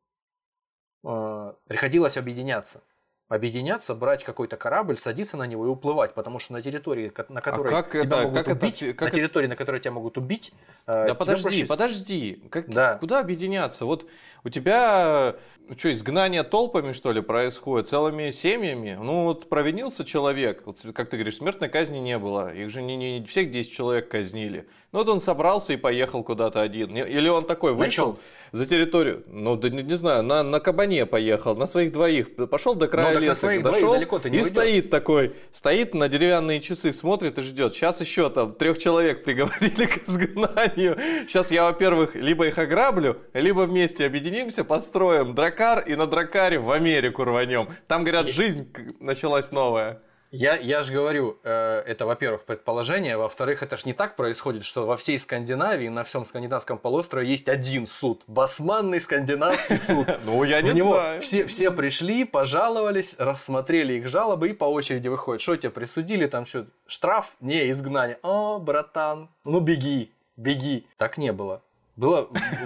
э, приходилось объединяться. Объединяться, брать какой-то корабль, садиться на него и уплывать, потому что на территории, ко- на которой как тебя это- могут как это- убить, как на это- территории, на которой тебя могут убить, э, Да тебе подожди, проще- подожди. Как, Да. Куда объединяться? Вот у тебя Что, изгнание толпами, что ли, происходит? Целыми семьями? Ну, вот провинился человек, вот, как ты говоришь, смертной казни не было. Их же не, не всех десять человек казнили. Ну, вот он собрался и поехал куда-то один. Или он такой вышел за территорию, ну, да не, не знаю, на, на кабане поехал, на своих двоих. Пошел до края ну, леса, дошел и уйдешь. Стоит такой, стоит на деревянные часы, смотрит и ждет. Сейчас еще там трех человек приговорили к изгнанию. Сейчас я, во-первых, либо их ограблю, либо вместе объединимся, построим дракар и на дракаре в Америку рванем. Там, говорят, жизнь началась новая. Я, я же говорю, э, это, во-первых, предположение, во-вторых, это ж не так происходит, что во всей Скандинавии, на всем скандинавском полуострове есть один суд, басманный скандинавский суд. Ну, я не знаю. Все, все пришли, пожаловались, рассмотрели их жалобы и по очереди выходят. Что тебе присудили, там что, штраф? Не, изгнание. О, братан, ну беги, беги. Так не было. Было,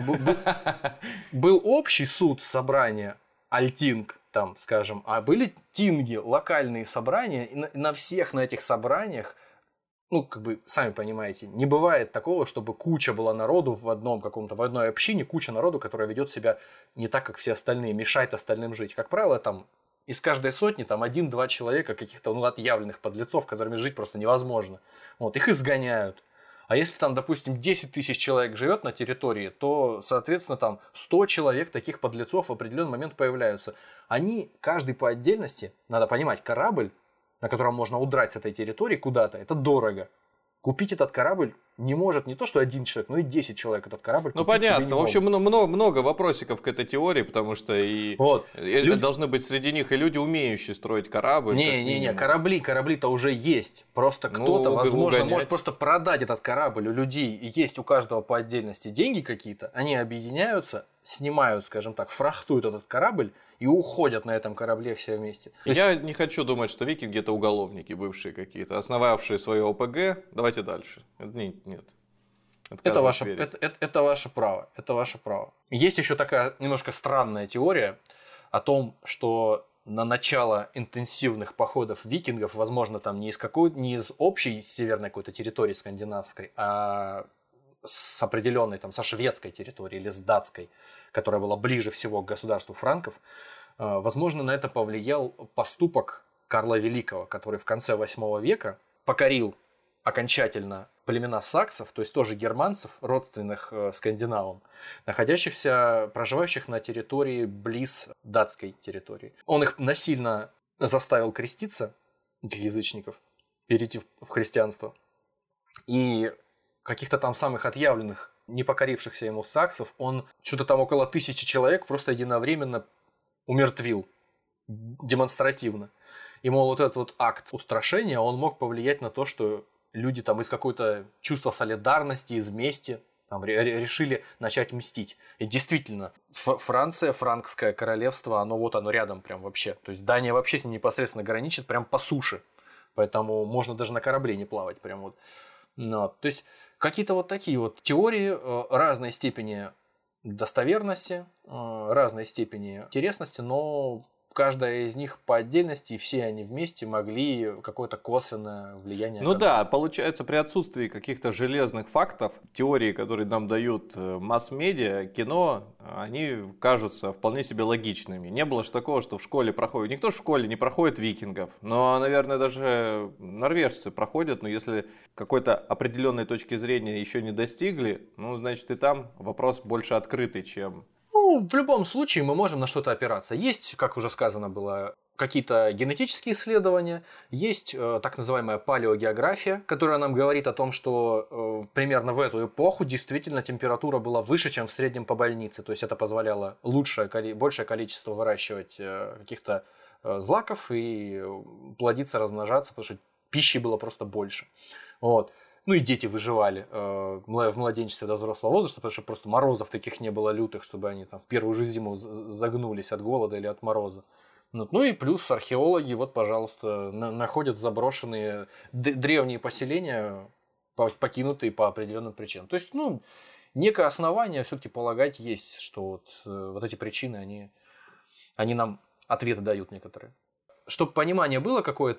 был общий суд, собрание, Альтинг, там, скажем, а были тинги, локальные собрания, и на, на всех на этих собраниях, ну, как бы, сами понимаете, не бывает такого, чтобы куча была народу в одном каком-то, в одной общине, куча народу, которая ведет себя не так, как все остальные, мешает остальным жить. Как правило, там, из каждой сотни, там, один-два человека каких-то, ну, отъявленных подлецов, которыми жить просто невозможно. Вот, их изгоняют. А если там, допустим, десять тысяч человек живет на территории, то, соответственно, там сто человек таких подлецов в определенный момент появляются. Они, каждый по отдельности, надо понимать, корабль, на котором можно удрать с этой территории куда-то, это дорого. Купить этот корабль не может не то, что один человек, но и десять человек этот корабль Ну, купить себе не понятно. В общем, могут. много, много вопросиков к этой теории, потому что и Вот. и Люди- должны быть среди них и люди, умеющие строить корабль. как Не-не-не, минимум. корабли, корабли-то уже есть. Просто Ну, кто-то, угонять. возможно, может просто продать этот корабль у людей. И есть у каждого по отдельности деньги какие-то. Они объединяются, снимают, скажем так, фрахтуют этот корабль и уходят на этом корабле все вместе. То есть- Я не хочу думать, что викинги это уголовники бывшие какие-то, основавшие свое ОПГ. Давайте дальше. Нет, нет. Это Отказываюсь ваше, верить. это, это- это ваше право. Это ваше право. Есть еще такая немножко странная теория о том, что на начало интенсивных походов викингов, возможно, там не из какой, не из общей северной какой-то территории скандинавской, а с определенной, там, со шведской территории или с датской, которая была ближе всего к государству франков, э, возможно, на это повлиял поступок Карла Великого, который в конце восьмого века покорил окончательно племена саксов, то есть тоже германцев, родственных э, скандинавам, находящихся, проживающих на территории близ датской территории. Он их насильно заставил креститься, этих язычников, перейти в- в христианство. И каких-то там самых отъявленных, не покорившихся ему саксов, он что-то там около тысячи человек просто единовременно умертвил демонстративно. И, мол, вот этот вот акт устрашения, он мог повлиять на то, что люди там из какой-то чувства солидарности, из мести там, ре- ре- решили начать мстить. И действительно, Ф- Франция, франкское королевство, оно вот оно рядом прям вообще. То есть Дания вообще с ним непосредственно граничит прям по суше. Поэтому можно даже на корабле не плавать прям вот. Ну, то есть какие-то вот такие вот теории э, разной степени достоверности, э, разной степени интересности, но каждая из них по отдельности, и все они вместе могли какое-то косвенное влияние Ну оказать. да, получается, при отсутствии каких-то железных фактов, теории, которые нам дают э, масс-медиа, кино, они кажутся вполне себе логичными. Не было же такого, что в школе проходит... Никто в школе не проходит викингов, но, наверное, даже норвежцы проходят, но если какой-то определенной точки зрения еще не достигли, ну, значит, и там вопрос больше открытый, чем... Ну, в любом случае мы можем на что-то опираться. Есть, как уже сказано было, какие-то генетические исследования, есть э, так называемая палеогеография, которая нам говорит о том, что э, примерно в эту эпоху действительно температура была выше, чем в среднем по больнице. То есть это позволяло лучшее, коли- большее количество выращивать э, каких-то э, злаков и э, плодиться, размножаться, потому что пищи было просто больше. Вот. Ну и дети выживали э, в младенчестве до взрослого возраста, потому что просто морозов таких не было лютых, чтобы они там в первую же зиму з- загнулись от голода или от мороза. Ну, ну и плюс археологи, вот, пожалуйста, на- находят заброшенные д- древние поселения, по- покинутые по определенным причинам. То есть, ну, некое основание все-таки полагать есть, что вот, э, вот эти причины, они, они нам ответы дают некоторые. Чтобы понимание было какое-то,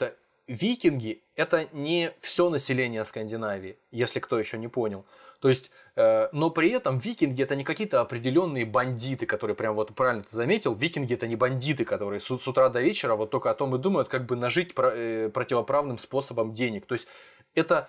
викинги – это не все население Скандинавии, если кто еще не понял. То есть, э, но при этом викинги – это не какие-то определенные бандиты, которые, прям вот правильно ты заметил, викинги – это не бандиты, которые с, с утра до вечера вот только о том и думают, как бы нажить про, э, противоправным способом денег. То есть, это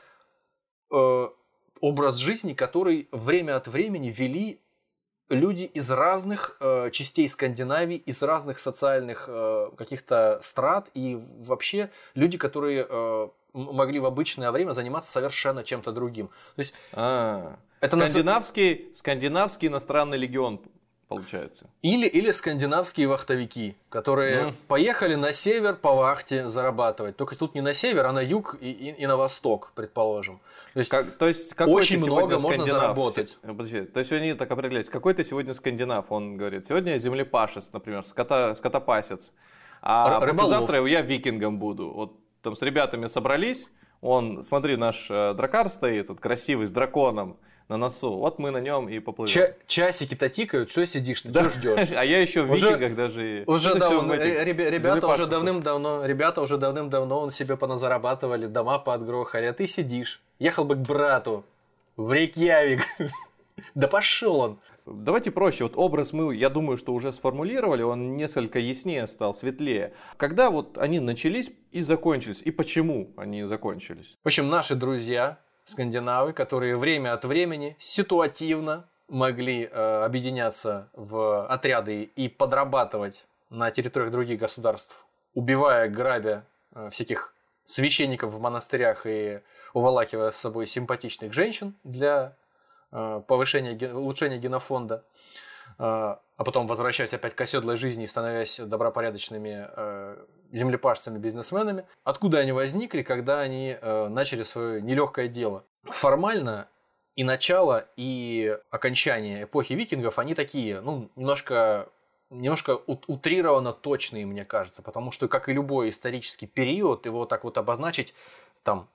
э, образ жизни, который время от времени вели люди из разных э, частей Скандинавии, из разных социальных э, каких-то страт и вообще люди, которые э, могли в обычное время заниматься совершенно чем-то другим. То есть А, это скандинавский, скандинавский иностранный легион, получается. Или, или скандинавские вахтовики, которые Ну. поехали на север по вахте зарабатывать. Только тут не на север, а на юг и, и, и на восток, предположим. То есть, Как, то есть какой очень ты сегодня много можно скандинав? заработать. Се- Подожди, то есть они так определяются. Какой ты сегодня скандинав? Он говорит, сегодня я землепашец, например, скота, скотопасец. А Р- рыболов. завтра я викингом буду. Вот там с ребятами собрались. Он, смотри, наш э, дракар стоит, вот красивый, с драконом на носу. Вот мы на нем и поплывем. ча- часики-то тикают, что сидишь, ты Да. что ждешь? А я еще в Уже- викингах даже... Уже это всё давно, в этих ре- ребя- ребята уже землепашцах. давным-давно, ребята уже давным-давно он себе поназарабатывали, дома поотгрохали, а ты сидишь. Ехал бы к брату в Рейкьявик. Да пошел он. Давайте проще. Вот образ мы, я думаю, что уже сформулировали, он несколько яснее стал, светлее. Когда вот они начались и закончились, и почему они закончились? В общем, наши друзья, скандинавы, которые время от времени ситуативно могли э, объединяться в отряды и подрабатывать на территориях других государств, убивая, грабя э, всяких священников в монастырях и уволакивая с собой симпатичных женщин для э, повышения, ге- улучшения генофонда, э, а потом возвращаясь опять к оседлой жизни и становясь добропорядочными э, землепашцами, бизнесменами. Откуда они возникли, когда они э, начали свое нелегкое дело? Формально и начало, и окончание эпохи викингов, они такие, ну, немножко, немножко ут- утрированно точные, мне кажется, потому что, как и любой исторический период, его так вот обозначить там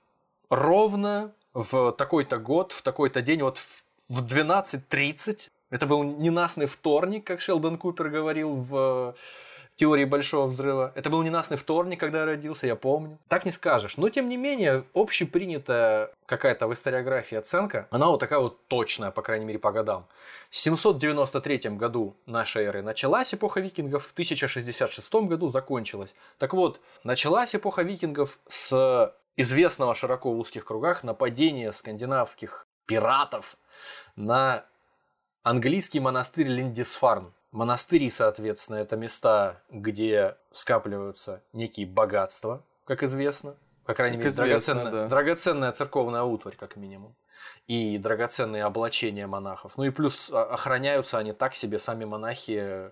ровно в такой-то год, в такой-то день, вот в- в двенадцать тридцать, это был ненастный вторник, как Шелдон Купер говорил в теории Большого Взрыва. Это был ненастный вторник, когда я родился, я помню. Так не скажешь. Но, тем не менее, общепринятая какая-то в историографии оценка, она вот такая вот точная, по крайней мере, по годам. В семьсот девяносто третьем году нашей эры началась эпоха викингов, в тысяча шестьдесят шестом году закончилась. Так вот, началась эпоха викингов с известного широко в узких кругах нападения скандинавских пиратов на английский монастырь Линдисфарн. Монастыри, соответственно, это места, где скапливаются некие богатства, как известно. По крайней Как мере, известно, драгоценная, да. драгоценная церковная утварь, как минимум. И драгоценные облачения монахов. Ну и плюс а, охраняются они так себе, сами монахи,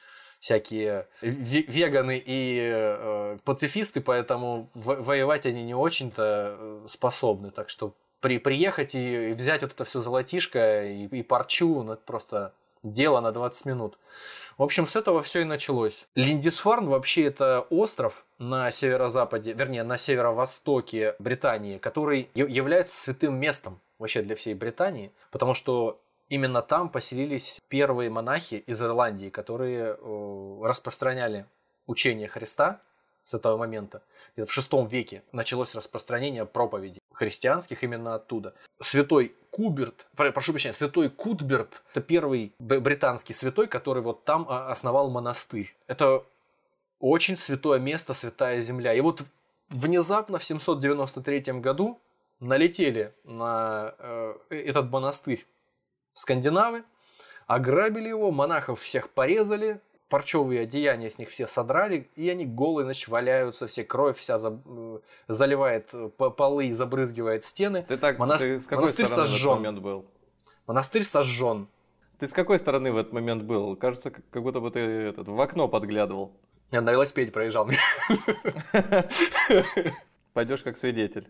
всякие ве- веганы и э, пацифисты, поэтому во- воевать они не очень-то э, способны. Так что при, приехать и, и взять вот это все золотишко и, и парчу, ну это просто дело на двадцать минут. В общем, с этого все и началось. Линдисфарн вообще это остров на северо-западе, вернее, на северо-востоке Британии, который я- является святым местом вообще для всей Британии, потому что именно там поселились первые монахи из Ирландии, которые э, распространяли учение Христа с этого момента. И в шестом веке началось распространение проповедей христианских именно оттуда. Святой Куберт, про- прошу прощения, святой Кутберт, это первый б- британский святой, который вот там а, основал монастырь. Это очень святое место, святая земля. И вот внезапно в семьсот девяносто третьем году налетели на э, этот монастырь скандинавы, ограбили его, монахов всех порезали, парчевые одеяния с них все содрали, и они голые, значит, валяются, все, кровь вся за- э, заливает по- полы и забрызгивает стены. Ты, так, Монас- ты с какой монастырь стороны в сожжен. этот момент был? Монастырь сожжен. Ты с какой стороны в этот момент был? Кажется, как как будто бы ты этот, в окно подглядывал. Я на велосипеде проезжал. Пойдешь как свидетель.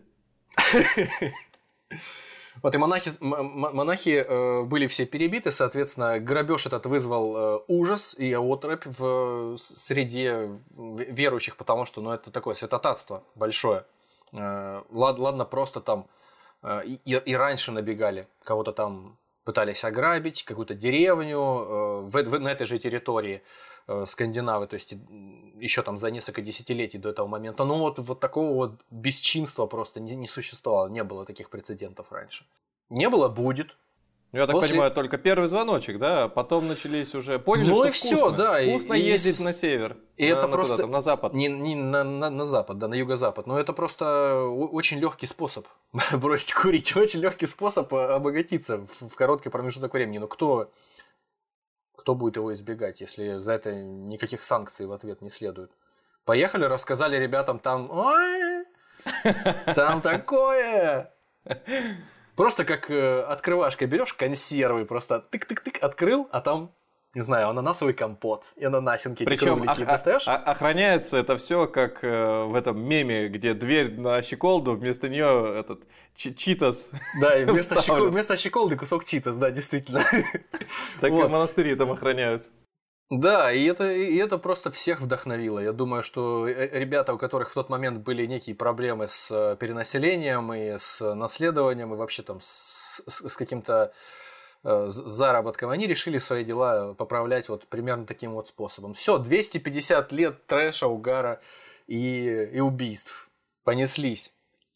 Вот и монахи, м- м- монахи э, были все перебиты, соответственно, грабеж этот вызвал э, ужас и оторопь в с- среде в- верующих, потому что, ну, это такое святотатство большое. Э, лад- ладно, просто там э, и, и раньше набегали, кого-то там пытались ограбить, какую-то деревню э, в, в- на этой же территории. э, скандинавы, то есть еще там за несколько десятилетий до этого момента. Ну вот, вот такого вот бесчинства просто не, не существовало, не было таких прецедентов раньше. Не было, будет. Я так После- понимаю, только первый звоночек, да? Потом начались уже... Поняли, Ну что и всё, вкусно. да, и- Вкусно и ездить с- на север. и на- это на куда просто- там, на запад. Не, не на, на, на запад, да, на юго-запад. Но это просто о- очень легкий способ бросить курить, очень легкий способ э, обогатиться в, в короткий промежуток времени. Но кто, кто будет его избегать, если за это никаких санкций в ответ не следует? Поехали, рассказали ребятам там, ой, там такое. Просто как э, открывашкой берешь консервы, просто тык-тык-тык, открыл, а там, не знаю, ананасовый компот и ананасинки, эти Причем кругленькие, достаешь? охраняется это все как э, в этом меме, где дверь на щеколду, вместо нее этот чи- читос. Да, и вместо, вставлен. щекол- вместо щеколды кусок читос, да, действительно. Так и Вот. монастыри там охраняются. Да, и это, и это просто всех вдохновило. Я думаю, что э, ребята, у которых в тот момент были некие проблемы с э, перенаселением и с наследованием, и вообще там с, с- с каким-то э, з- заработком, они решили свои дела поправлять вот примерно таким вот способом. Все, двести пятьдесят лет трэша, угара и, и убийств понеслись.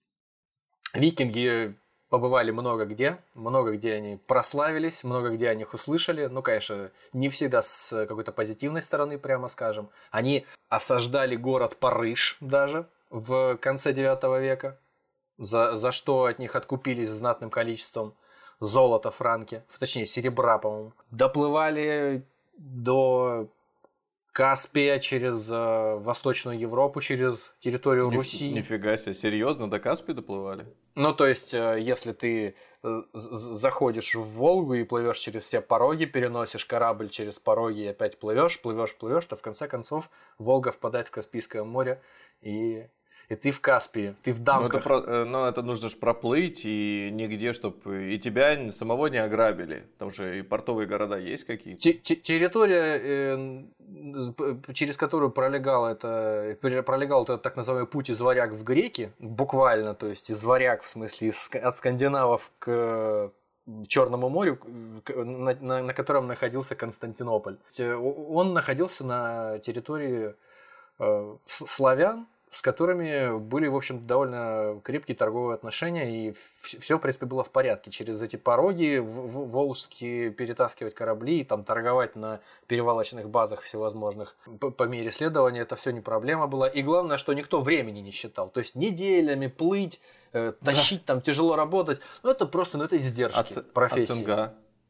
Викинги побывали много где, много где они прославились, много где о них услышали. Ну, конечно, не всегда с какой-то позитивной стороны, прямо скажем. Они осаждали город Париж даже в конце девятого века, за, за что от них откупились знатным количеством золота, франки, точнее, серебра, по-моему. Доплывали до Каспия через э, Восточную Европу, через территорию Ниф- Руси. Нифига себе, серьезно, до Каспия доплывали? Ну, то есть, э, если ты э, з- з- заходишь в Волгу и плывешь через все пороги, переносишь корабль через пороги и опять плывешь, плывешь, плывешь, то в конце концов Волга впадает в Каспийское море, и, и ты в Каспии, ты в Ну Дамках. это, про- э, но это нужно же проплыть, и нигде, чтобы и тебя самого не ограбили. Там же и портовые города есть какие-то. Те- те- Территория, э, п- через которую пролегал, это, пере- пролегал этот так называемый путь из варяг в греки, буквально, то есть из варяг, в смысле, из, ска- от скандинавов к Черному морю, к- на, на- на котором находился Константинополь. Те- о- Он находился на территории э, с- славян, с которыми были, в общем, довольно крепкие торговые отношения, и все, в принципе, было в порядке. Через эти пороги в- в- волжские перетаскивать корабли, и там торговать на перевалочных базах всевозможных. По, по мере следования это все не проблема была. И главное, что никто времени не считал. То есть неделями плыть, э, тащить, там тяжело работать. Ну, это просто, ну, это издержки А, ц- а профессии. цинга?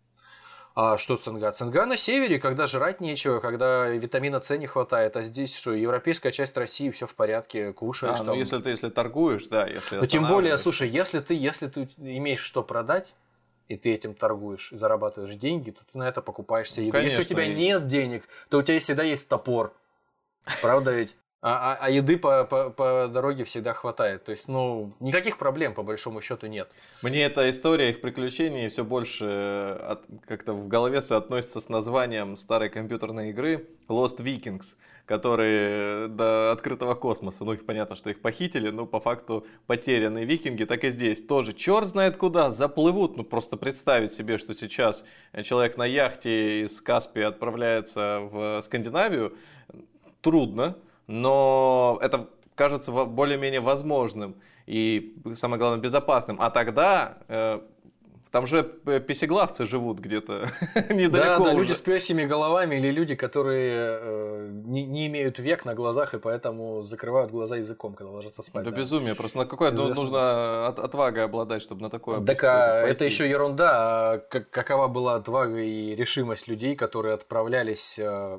А что цинга? Цинга на севере, когда жрать нечего, когда витамина С не хватает. А здесь что, европейская часть России, все в порядке, кушаешь А, ну там. если ты если торгуешь, да, если Ну, тем более, останавливаешь. слушай, если ты, если ты имеешь что продать, и ты этим торгуешь, и зарабатываешь деньги, то ты на это покупаешь себе Ну, еду. Если у конечно, тебя и- нет денег, то у тебя всегда есть топор. Правда ведь? А, а- а еды по, по, по дороге всегда хватает. То есть, ну, никаких проблем по большому счету нет. Мне эта история их приключений все больше э, от- как-то в голове соотносится с названием старой компьютерной игры Lost Vikings, которые до открытого космоса, ну их понятно, что их похитили, но по факту потерянные викинги, так и здесь тоже черт знает куда заплывут. Ну просто представить себе, что сейчас человек на яхте из Каспия отправляется в Скандинавию, трудно, но это кажется во- более-менее возможным и, самое главное, безопасным. А тогда э, там же п- песеглавцы живут где-то недалеко Да, да, уже. люди с пёсьими головами или люди, которые э, не, не имеют век на глазах и поэтому закрывают глаза языком, когда ложатся спать. Да да. безумие, просто на какое ну, Известно. нужно от- отвагой обладать, чтобы на такое Так пойти. а это еще ерунда. А как- какова была отвага и решимость людей, которые отправлялись э,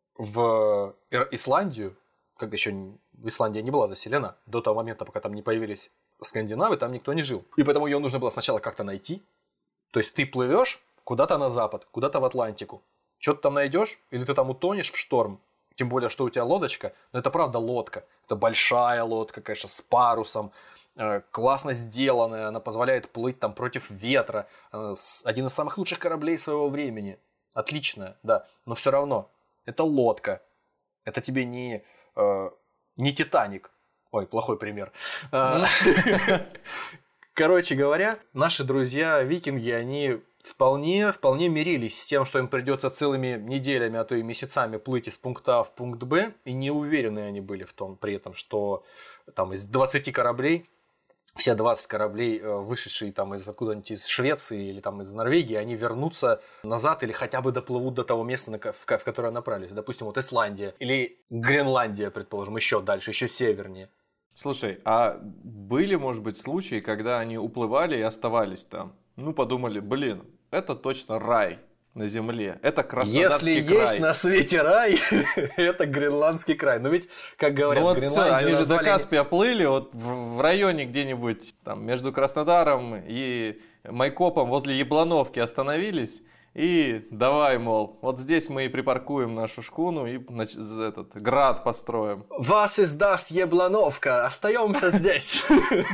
в Ир- Исландию, как еще н- Исландия не была заселена, до того момента, пока там не появились скандинавы, там никто не жил. И поэтому ее нужно было сначала как-то найти. То есть ты плывешь куда-то на запад, куда-то в Атлантику. Что ты там найдешь? Или ты там утонешь в шторм? Тем более, что у тебя лодочка. Но это правда лодка. Это большая лодка, конечно, с парусом. э, Классно сделанная. Она позволяет плыть там против ветра. Э, с- Один из самых лучших кораблей своего времени. Отличная, да. Но все равно. Это лодка. Это тебе не, э, не Титаник. Ой, плохой пример. Э, Короче говоря, наши друзья, викинги, они вполне, вполне мирились с тем, что им придется целыми неделями, а то и месяцами плыть из пункта А в пункт Б, и не уверены они были в том, при этом, что там из двадцати кораблей, все двадцать кораблей, вышедшие там из откуда-нибудь из Швеции или там из Норвегии, они вернутся назад или хотя бы доплывут до того места, в которое направились. Допустим, вот Исландия или Гренландия, предположим, еще дальше, еще севернее. Слушай, а были, может быть, случаи, когда они уплывали и оставались там? Ну, подумали, блин, это точно рай на земле. Это Краснодарский Если край. есть на свете рай, это Гренландский край. Но ведь, как говорят, ну вот Гренландию все, они же назвали... до Каспия плыли, вот в, в районе где-нибудь там между Краснодаром и Майкопом возле Яблоновки остановились. И давай, мол, вот здесь мы и припаркуем нашу шхуну и значит, этот град построим. Вас издаст Яблоновка, остаемся здесь.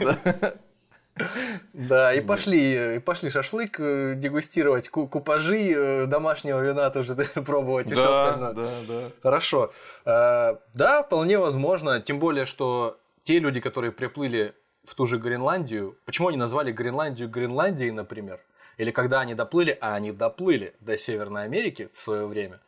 Да, и пошли, и пошли шашлык дегустировать, купажи домашнего вина тоже пробовать и все остальное. Да, да. Хорошо. Да, вполне возможно, тем более, что те люди, которые приплыли в ту же Гренландию, почему они назвали Гренландию Гренландией, например? Или когда они доплыли, а они доплыли до Северной Америки в свое время,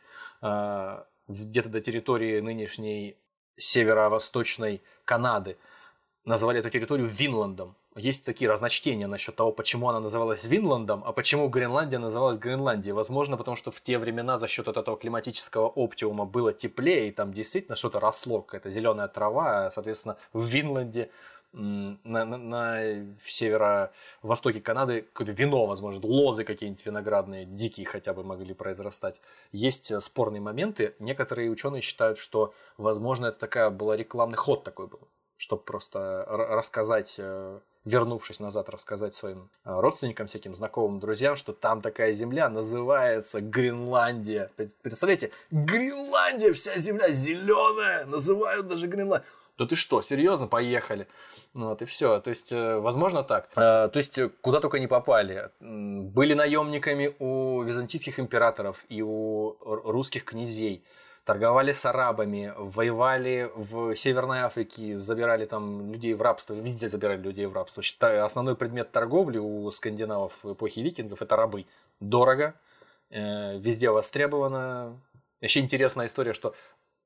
где-то до территории нынешней северо-восточной Канады, назвали эту территорию Винландом. Есть такие разночтения насчет того, почему она называлась Винландом, а почему Гренландия называлась Гренландией. Возможно, потому что в те времена за счет вот этого климатического оптимума было теплее, и там действительно что-то росло, какая-то зеленая трава, соответственно, в Винланде, на, на, на в северо-востоке Канады какое-то вино, возможно, лозы какие-нибудь виноградные, дикие хотя бы могли произрастать. Есть спорные моменты. Некоторые ученые считают, что, возможно, это такая была рекламный ход такой был, чтобы просто рассказать, вернувшись назад, рассказать своим родственникам, всяким знакомым, друзьям, что там такая земля называется Гренландия. Представляете, Гренландия, вся земля зеленая, называют даже Гренландию. Да ты что, серьезно? Поехали. Ну вот и все. То есть, возможно так. То есть, куда только не попали. Были наемниками у византийских императоров и у русских князей. Торговали с арабами, воевали в Северной Африке, забирали там людей в рабство, везде забирали людей в рабство. Основной предмет торговли у скандинавов в эпохе викингов – это рабы. Дорого, везде востребовано. Еще интересная история, что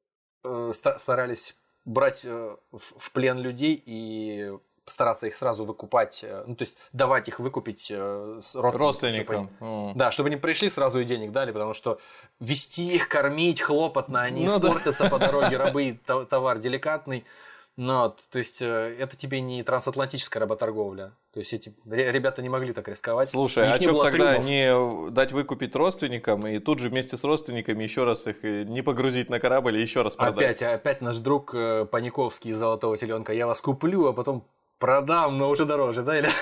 старались брать в плен людей и стараться их сразу выкупать, ну, то есть давать их выкупить родственникам. Родственникам. Чтобы они, да, чтобы они пришли, сразу и денег дали, потому что вести их, кормить хлопотно, они ну, испортятся да. по дороге, рабы, товар деликатный. Ну, вот, то есть это тебе не трансатлантическая работорговля. То есть эти ребята не могли так рисковать. Слушай, а что тогда трюмов. Не дать выкупить родственникам и тут же вместе с родственниками еще раз их не погрузить на корабль и еще раз продать? Опять, опять наш друг Паниковский из «Золотого теленка». Я вас куплю, а потом продам, но уже дороже, да? Или...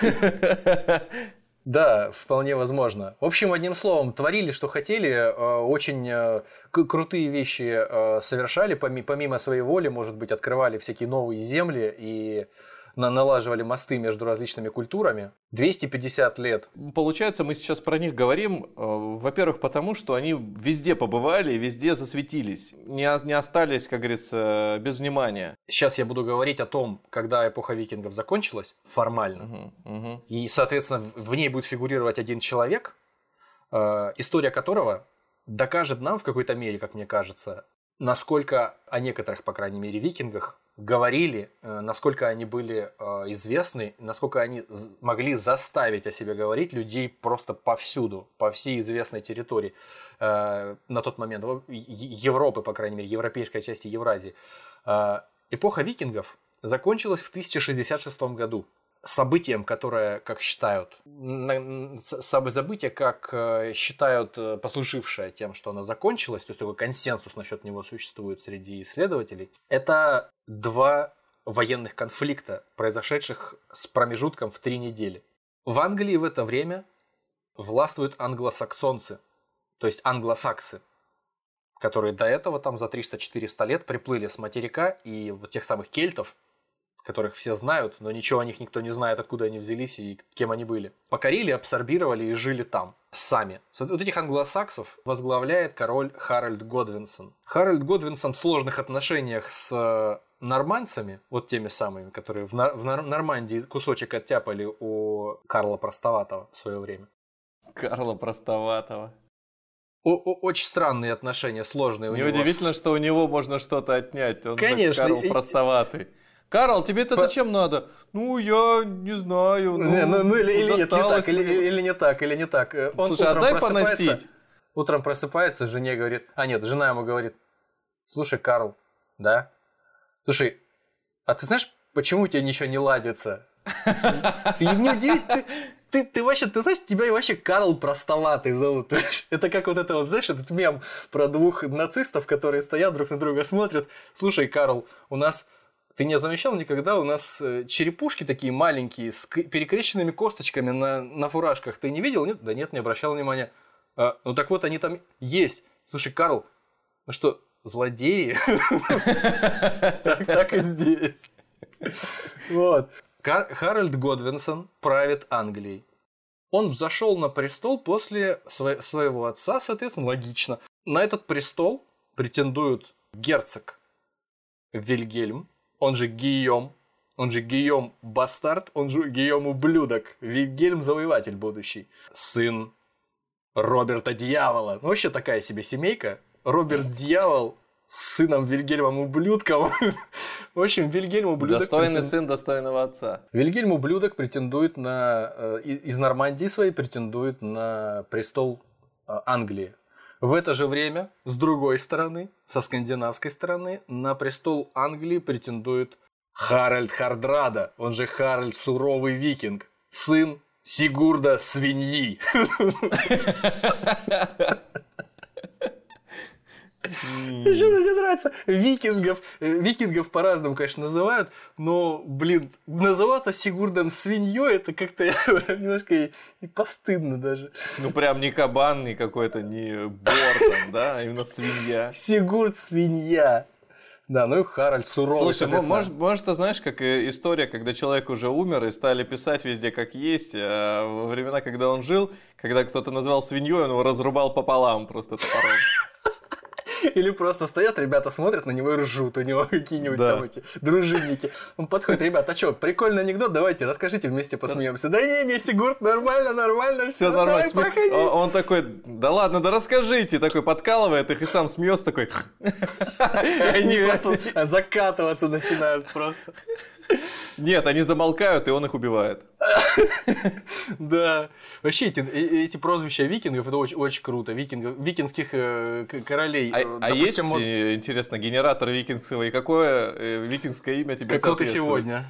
Да, вполне возможно. В общем, одним словом, творили, что хотели, очень крутые вещи совершали, помимо своей воли, может быть, открывали всякие новые земли и налаживали мосты между различными культурами. двести пятьдесят лет. Получается, мы сейчас про них говорим, во-первых, потому что они везде побывали, везде засветились, не, не остались, как говорится, без внимания. Сейчас я буду говорить о том, когда эпоха викингов закончилась формально, угу, угу. и, соответственно, в ней будет фигурировать один человек, история которого докажет нам в какой-то мере, как мне кажется, насколько о некоторых, по крайней мере, викингах говорили, насколько они были известны, насколько они могли заставить о себе говорить людей просто повсюду, по всей известной территории на тот момент, Европы, по крайней мере, европейской части Евразии. Эпоха викингов закончилась в тысяча шестьдесят шестом году. Событием, которое, как считают, событие, как считают, послужившее тем, что оно закончилось, то есть такой консенсус насчет него существует среди исследователей, это два военных конфликта, произошедших с промежутком в три недели. В Англии в это время властвуют англосаксонцы, то есть англосаксы, которые до этого там за триста-четыреста лет приплыли с материка и вот тех самых кельтов, которых все знают, но ничего о них никто не знает, откуда они взялись и кем они были. Покорили, абсорбировали и жили там, сами. Вот этих англосаксов возглавляет король Харальд Годвинсон. Харальд Годвинсон в сложных отношениях с нормандцами, вот теми самыми, которые в, Нар- в Нар- Нормандии кусочек оттяпали у Карла Простоватого в свое время. Карла Простоватого. О- очень странные отношения, сложные у него. Неудивительно, что у него можно что-то отнять. Он Конечно. же Карл И- Простоватый. Карл, тебе это По- зачем надо? Ну, я не знаю. Ну, Не, ну, ну, или, или нет, не досталось так, или, мне. или не так, или не так. Э, Он Слушай, утром отдай просыпается- поносить. Утром просыпается, жене говорит... А нет, жена ему говорит: слушай, Карл, да? Слушай, а ты знаешь, почему у тебя ничего не ладится? Ты не удивительно, ты, ты, ты вообще, ты знаешь, тебя вообще Карл Простоватый зовут. Это как вот это вот, знаешь, этот мем про двух нацистов, которые стоят друг на друга, смотрят. Слушай, Карл, у нас... Ты не замечал никогда, у нас э, черепушки такие маленькие, с к- перекрещенными косточками на, на фуражках. Ты не видел? Нет? Да нет, не обращал внимания. А, ну так вот, они там есть. Слушай, Карл, ну что, злодеи? Так и здесь. Вот. Харальд Годвинсон правит Англией. Он взошел на престол после своего отца, соответственно, логично. На этот престол претендуют герцог Вильгельм, он же Гийом, он же Гийом Бастард, он же Гийом Ублюдок, Вильгельм Завоеватель будущий, сын Роберта Дьявола. Ну, вообще такая себе семейка. Роберт Дьявол с сыном Вильгельмом Ублюдком. В общем, Вильгельм Ублюдок... Достойный претен- сын достойного отца. Вильгельм Ублюдок претендует на... э, из Нормандии своей претендует на престол э, Англии. В это же время, с другой стороны, со скандинавской стороны, на престол Англии претендует Харальд Хардрада, он же Харальд Суровый Викинг, сын Сигурда Свиньи. Еще мне нравится. Викингов, э, викингов по-разному, конечно, называют, но, блин, называться Сигурдом Свиньей, это как-то немножко и, и постыдно даже. Ну, прям не кабан, не какой-то, не бор там, да, а именно свинья. Сигурд Свинья. Да, ну и Харальд Суровый. Слушай, мо- соответственно. может, может, ты знаешь, как э, история, когда человек уже умер и стали писать везде как есть, а во времена, когда он жил, когда кто-то назвал свиньей, он его разрубал пополам просто топором. Или просто стоят, ребята смотрят на него и ржут, у него какие-нибудь Да. там эти дружинники. Он подходит: ребята, а что, прикольный анекдот, давайте, расскажите, вместе посмеемся. Да не, не, Сигурд, нормально, нормально, Все все, нормально. давай, Сме- проходи. Он, он такой, да ладно, да расскажите, такой подкалывает их и сам смеется такой. Они просто закатываться начинают просто. Нет, они замолкают, и он их убивает. Да. Вообще эти, э- эти прозвища викингов, это очень, очень круто. Викингов, викингских э, к- королей. А, Э, а есть, допустим, вот э, интересно, генератор викингского, и какое э, викингское имя тебе кто ты соответствует? сегодня?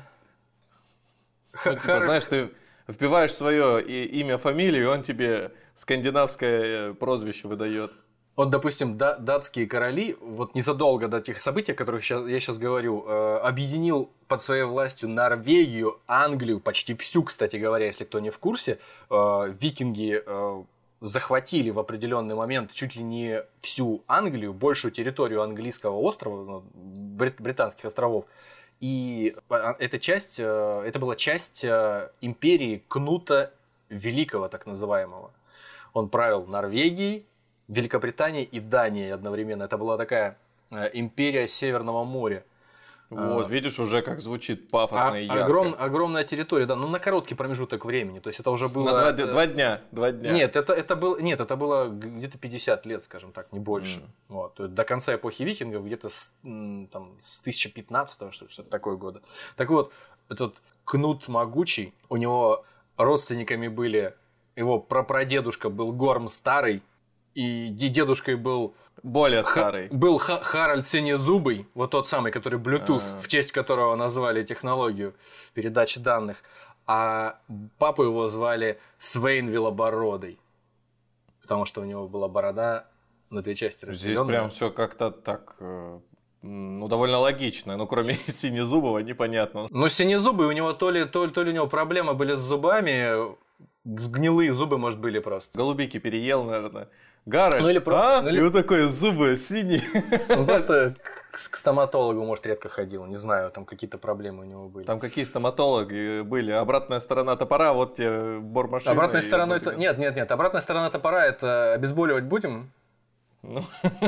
Ха- Ну, типа, Хар- знаешь, ты вбиваешь свое и- имя, фамилию, и он тебе скандинавское э, прозвище выдает. Вот, допустим, да- датские короли, вот незадолго до тех событий, о которых щас- я сейчас говорю, э, объединил под своей властью Норвегию, Англию, почти всю, кстати говоря, если кто не в курсе. Э, викинги э, захватили в определенный момент чуть ли не всю Англию, большую территорию английского острова, ну, Брит- британских островов. И а, эта часть, э, это была часть э, империи Кнута Великого, так называемого. Он правил Норвегией, Великобританией и Данией одновременно. Это была такая э, империя Северного моря. Вот, А, видишь, уже как звучит пафосно А- и ярко. огром- огромная территория, да, ну на короткий промежуток времени. То есть это уже было... На два, э, два дня, два дня. Нет, это, это, был, нет, это было где-то пятьдесят лет, скажем так, не больше. Мгм. Вот, то есть до конца эпохи викингов, где-то с, м, там, с тысяча пятнадцатого, что- что-то такое года. Так вот, этот Кнут Могучий, у него родственниками были, его прапрадедушка был Горм Старый, и де- дедушкой был, Более Ха- старый. был Ха- Харальд Синезубый, вот тот самый, который Bluetooth, А. в честь которого назвали технологию передачи данных. А папу его звали Свейн Велобородый, потому что у него была борода на две части Здесь разделенная. прям все как-то так, э, ну, довольно логично. Ну, кроме Синезубова, непонятно. Ну, Синезубый, у него то ли, то, ли- то ли у него проблемы были с зубами, гнилые зубы, может, были просто. Голубики переел, наверное. Гарольд, Ну, или про- а? ну, или- И вот такой, зубы синие. Он просто к, к стоматологу, может, редко ходил, не знаю, там какие-то проблемы у него были. Там какие стоматологи были? Обратная сторона топора, вот тебе бормашина. Обратной и стороной... вот то- Нет, нет, нет, обратная сторона топора — это обезболивать будем? Ну.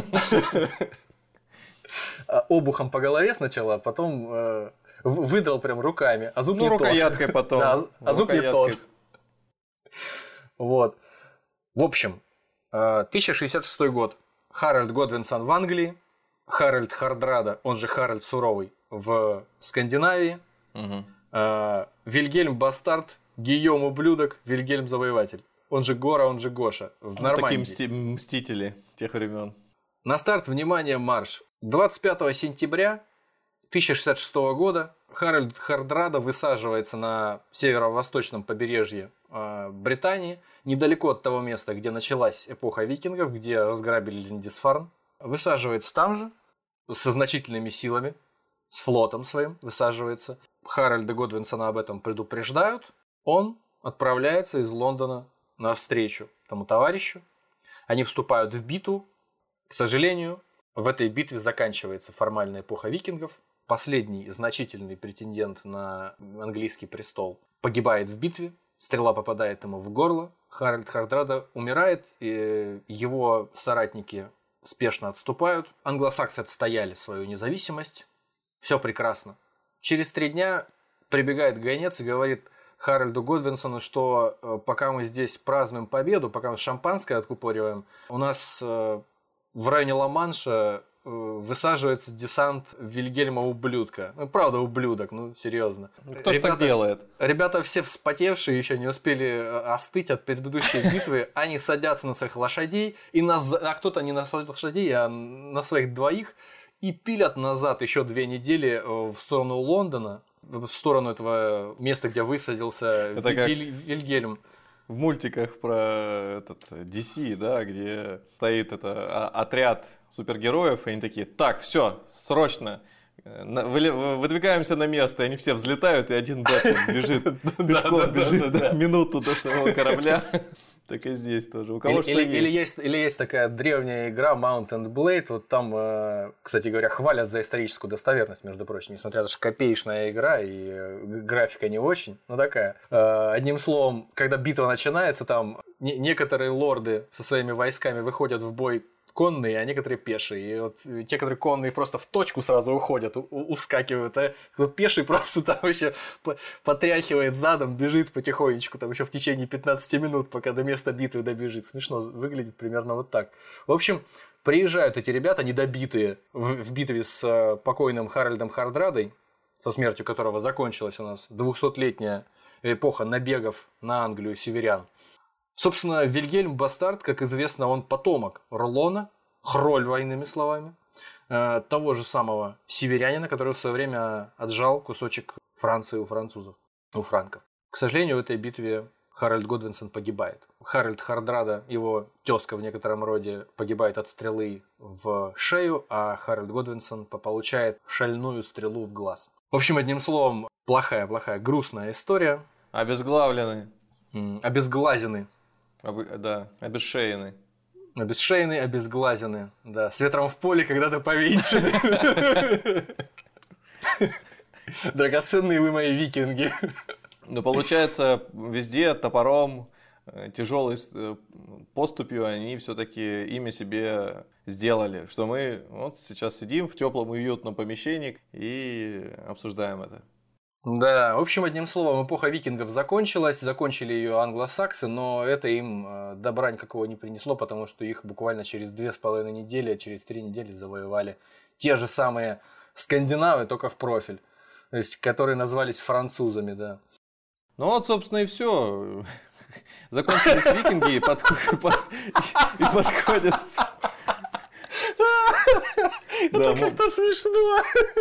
А, обухом по голове сначала, а потом э, в- выдрал прям руками, а зуб Ну, не тот. рукояткой потом. Да, а з- а зуб не Рукояткой. тот. Вот. В общем, тысяча шестьдесят шестой год. Харальд Годвинсон в Англии, Харальд Хардрада, он же Харальд Суровый, в Скандинавии, Угу. Вильгельм Бастард, Гийом Ублюдок, Вильгельм Завоеватель, он же Гора, он же Гоша, в Такие Нормандии. мсти- мстители тех времен. На старт, внимание, марш. двадцать пятого сентября тысяча шестьдесят шестого года Харальд Хардрада высаживается на северо-восточном побережье э, Британии, недалеко от того места, где началась эпоха викингов, где разграбили Линдисфарн. Высаживается там же, со значительными силами, с флотом своим высаживается. Харальда Годвинсона об этом предупреждают. Он отправляется из Лондона навстречу тому товарищу. Они вступают в битву. К сожалению, в этой битве заканчивается формальная эпоха викингов. Последний значительный претендент на английский престол погибает в битве. Стрела попадает ему в горло. Харальд Хардрада умирает, и его соратники спешно отступают. Англосаксы отстояли свою независимость. Все прекрасно. Через три дня прибегает гонец и говорит Харальду Годвинсону, что э, пока мы здесь празднуем победу, пока мы шампанское откупориваем, у нас э, в районе Ла-Манша э, высаживается десант Вильгельма Ублюдка. Ну, правда, ублюдок, ну, серьезно. Кто ж так делает? Ребята все вспотевшие, еще не успели остыть от предыдущей битвы, они садятся на своих лошадей, и на... а кто-то не на своих лошадей, а на своих двоих, и пилят назад еще две недели в сторону Лондона, в сторону этого места, где высадился Это как Виль... Вильгельм. в мультиках про этот ди си, да, где стоит это, а, отряд супергероев, и они такие: так, все, срочно, на- выли- выдвигаемся на место, и они все взлетают, и один Бэтмен бежит пешком, бежит минуту до своего корабля. Так и здесь тоже. У кого Или, что или, есть. или есть. Или есть такая древняя игра Mount and Blade, вот там, э, кстати говоря, хвалят за историческую достоверность, между прочим, несмотря на то, что копеечная игра и э, графика не очень, но такая. Э, одним словом, когда битва начинается, там не- некоторые лорды со своими войсками выходят в бой конные, а некоторые пешие. И вот те, которые конные, просто в точку сразу уходят, у- у- ускакивают, а вот пеший просто там еще по- потряхивает задом, бежит потихонечку, там еще в течение пятнадцати минут, пока до места битвы добежит. Смешно выглядит примерно вот так. В общем, приезжают эти ребята, недобитые, в, в битве с э, покойным Харальдом Хардрадой, со смертью которого закончилась у нас двухсотлетняя эпоха набегов на Англию северян. Собственно, Вильгельм Бастард, как известно, он потомок Ролона, Хрольва, иными словами, э, того же самого северянина, который в свое время отжал кусочек Франции у французов, у франков. К сожалению, в этой битве Харальд Годвинсон погибает. Харальд Хардрада, его тезка в некотором роде, погибает от стрелы в шею, а Харальд Годвинсон получает шальную стрелу в глаз. В общем, одним словом, плохая-плохая, грустная история. Обезглавлены. М, Обезглазены. Об- Да, обезшеяны. Обесшеяны, обезглазены. Да, с ветром в поле когда-то повенчаны. Драгоценные вы мои викинги. Но получается, везде топором, тяжелой поступью они все-таки имя себе сделали. Что мы вот сейчас сидим в теплом уютном помещении и обсуждаем это. Да, в общем, одним словом, эпоха викингов закончилась, закончили ее англосаксы, но это им э, добра никакого не принесло, потому что их буквально через две с половиной недели, через три недели завоевали те же самые скандинавы, только в профиль, то есть, которые назвались французами, да. Ну вот, собственно, и все. Закончились викинги и подходят. И подходят. Да, мо- Это смешно.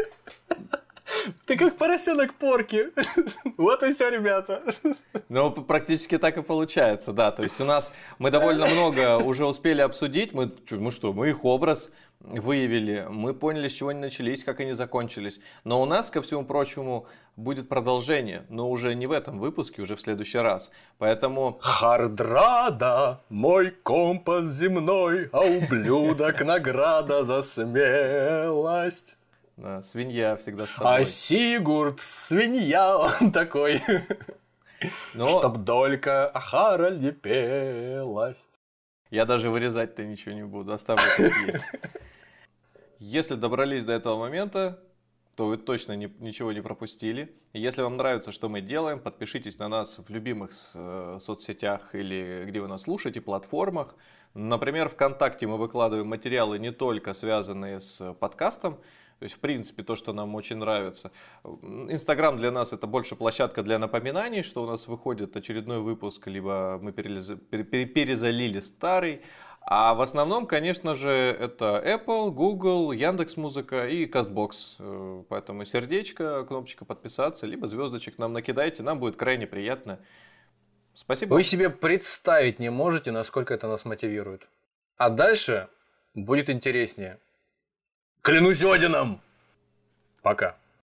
Ты как поросенок Порки. Вот и все, ребята. Ну, п- практически так и получается, да. То есть у нас мы довольно много уже успели обсудить. Мы, чё, мы что, мы их образ выявили, мы поняли, с чего они начались, как они закончились. Но у нас, ко всему прочему, будет продолжение, но уже не в этом выпуске, уже в следующий раз. Поэтому Хардрада, мой компас земной, а ублюдок награда за смелость. да, свинья всегда с тобой. А Сигурд, свинья он такой, Но чтоб только о Харальде пелась. я даже вырезать-то ничего не буду, оставлю как есть. Если добрались до этого момента, то вы точно ни- ничего не пропустили. И если вам нравится, что мы делаем, подпишитесь на нас в любимых э, соцсетях или где вы нас слушаете, платформах. Например, ВКонтакте мы выкладываем материалы не только связанные с подкастом, то есть, в принципе, то, что нам очень нравится. Инстаграм для нас это больше площадка для напоминаний, что у нас выходит очередной выпуск, либо мы перелез- пере- пере- перезалили старый. А в основном, конечно же, это Apple, Google, Яндекс.Музыка и CastBox. Поэтому сердечко, кнопочка подписаться, либо звездочек нам накидайте, нам будет крайне приятно. Спасибо. Вы себе представить не можете, насколько это нас мотивирует. А дальше будет интереснее. Клянусь Одином! Пока.